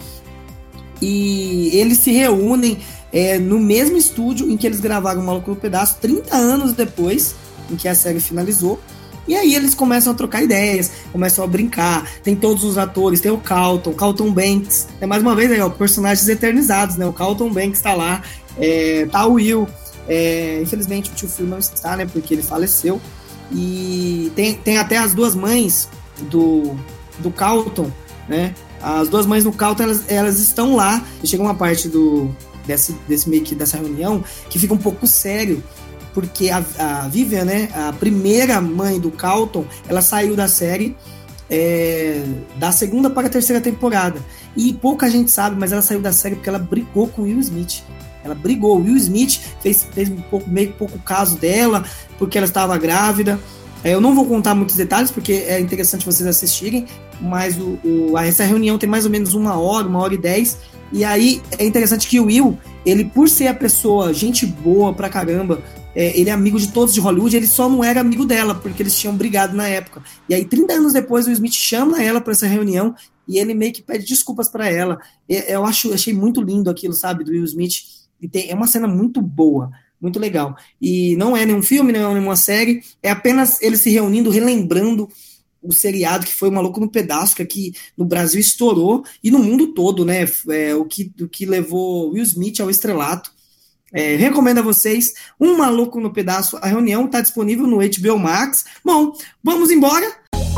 E eles se reúnem é, no mesmo estúdio em que eles gravaram o Maluco no Pedaço, trinta anos depois, em que a série finalizou. E aí eles começam a trocar ideias, começam a brincar. Tem todos os atores, tem o Carlton, Carlton Banks. É, mais uma vez, aí, ó, personagens eternizados, né? O Carlton Banks tá lá, é, tá o Will. É, infelizmente o tio Phil não está, né? Porque ele faleceu. E tem, tem até as duas mães do, do Carlton, né? As duas mães do Carlton, elas, elas estão lá. E chega uma parte do, desse, desse meio que dessa reunião que fica um pouco sério. Porque a, a Vivian, né, a primeira mãe do Carlton, ela saiu da série é, da segunda para a terceira temporada. E pouca gente sabe, mas ela saiu da série porque ela brigou com o Will Smith. Ela brigou. O Will Smith fez, fez um pouco, meio pouco caso dela, porque ela estava grávida. É, eu não vou contar muitos detalhes, porque é interessante vocês assistirem, mas o, o, essa reunião tem mais ou menos uma hora, uma hora e dez. E aí é interessante que o Will, ele por ser a pessoa, gente boa pra caramba, É, ele é amigo de todos de Hollywood, ele só não era amigo dela, porque eles tinham brigado na época. E aí, trinta anos depois, o Smith chama ela para essa reunião e ele meio que pede desculpas para ela. Eu acho, achei muito lindo aquilo, sabe, do Will Smith. E tem, é uma cena muito boa, muito legal. E não é nenhum filme, não é nenhuma série, é apenas eles se reunindo, relembrando o seriado que foi o Maluco no Pedaço, que aqui no Brasil estourou, e no mundo todo, né, é, o, que, o que levou Will Smith ao estrelato. É, recomendo a vocês Um Maluco no Pedaço, A Reunião, está disponível no H B O Max. Bom, vamos embora,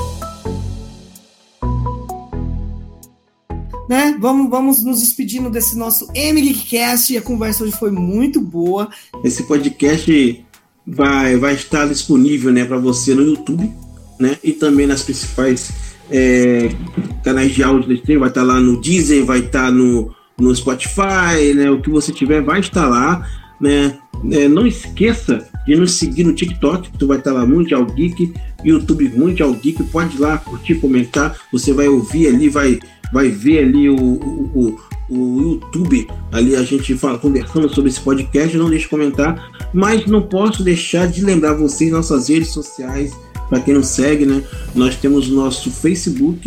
né? Vamos, vamos nos despedindo desse nosso MGeekcast. A conversa hoje foi muito boa. Esse podcast vai, vai estar disponível, né, para você no YouTube, né, e também nas principais é, canais de áudio da stream. Vai estar lá no Deezer, vai estar no no Spotify, né, o que você tiver vai estar lá, né, é, não esqueça de nos seguir no TikTok, que tu vai estar lá, Mundial Geek, YouTube Mundial Geek, pode ir lá, curtir, comentar, você vai ouvir ali, vai, vai ver ali o, o, o, o YouTube, ali a gente fala, conversando sobre esse podcast, não deixe de comentar, mas não posso deixar de lembrar vocês, nossas redes sociais, para quem não segue, né, nós temos o nosso Facebook,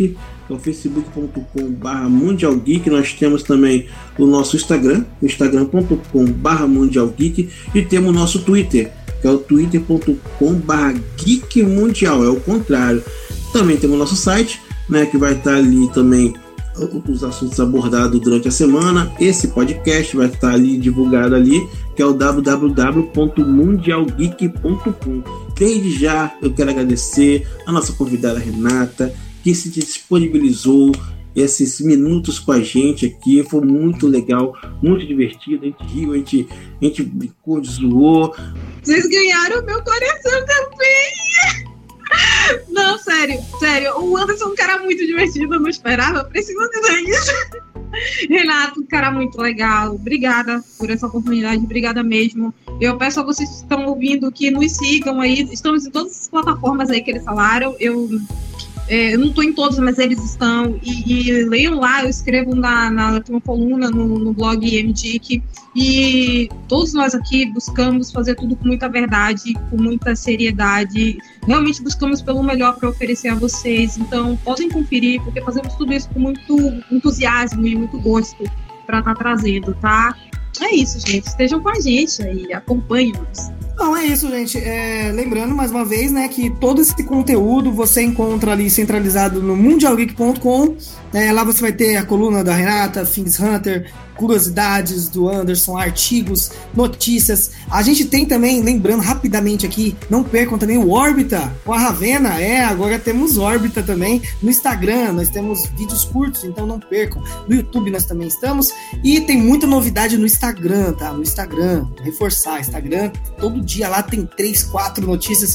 que é o facebook ponto com barra mundial geek. Nós temos também o nosso Instagram, instagram ponto com barra mundial geek, e temos o nosso Twitter, que é o twitter ponto com barra geek mundial, é o contrário. Também temos o nosso site, né, que vai estar ali também os assuntos abordados durante a semana. Esse podcast vai estar ali divulgado ali, que é o w w w ponto mundial geek ponto com. Desde já eu quero agradecer a nossa convidada Renata, que se disponibilizou esses minutos com a gente aqui. Foi muito legal, muito divertido. A gente riu, a gente, a gente brincou, zoou. Vocês ganharam meu coração também. Não, sério, sério. O Anderson é um cara muito divertido, eu não esperava. Preciso dizer isso. Renato, um cara muito legal. Obrigada por essa oportunidade, obrigada mesmo. Eu peço a vocês que estão ouvindo que nos sigam aí. Estamos em todas as plataformas aí que eles falaram. Eu, é, eu não estou em todas, mas eles estão. E, e leiam lá, eu escrevo na, na uma coluna no, no blog M D I C. E todos nós aqui buscamos fazer tudo com muita verdade, com muita seriedade. Realmente buscamos pelo melhor para oferecer a vocês. Então, podem conferir, porque fazemos tudo isso com muito entusiasmo e muito gosto para estar trazendo, tá? É isso, gente. Estejam com a gente aí, acompanhem-nos. Não, é isso, gente. É, lembrando, mais uma vez, né, que todo esse conteúdo você encontra ali centralizado no mundial geek ponto com. É, lá você vai ter a coluna da Renata, Things Hunter, curiosidades do Anderson, artigos, notícias. A gente tem também, lembrando rapidamente aqui, não percam também o Órbita com a Ravena. É, agora temos Órbita também no Instagram. Nós temos vídeos curtos, então não percam. No YouTube nós também estamos. E tem muita novidade no Instagram, tá? No Instagram, reforçar, Instagram, todo dia lá tem três, quatro notícias.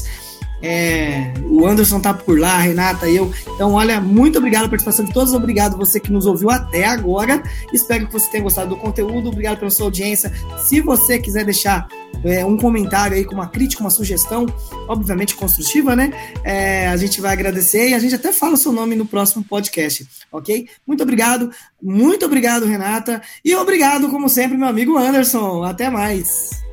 É, o Anderson tá por lá, a Renata, eu. Então, olha, muito obrigado pela participação de todos. Obrigado você que nos ouviu até agora. Espero que você tenha gostado do conteúdo. Obrigado pela sua audiência. Se você quiser deixar é, um comentário aí com uma crítica, uma sugestão, obviamente construtiva, né? É, a gente vai agradecer e a gente até fala o seu nome no próximo podcast, ok? Muito obrigado, muito obrigado, Renata. E obrigado, como sempre, meu amigo Anderson. Até mais.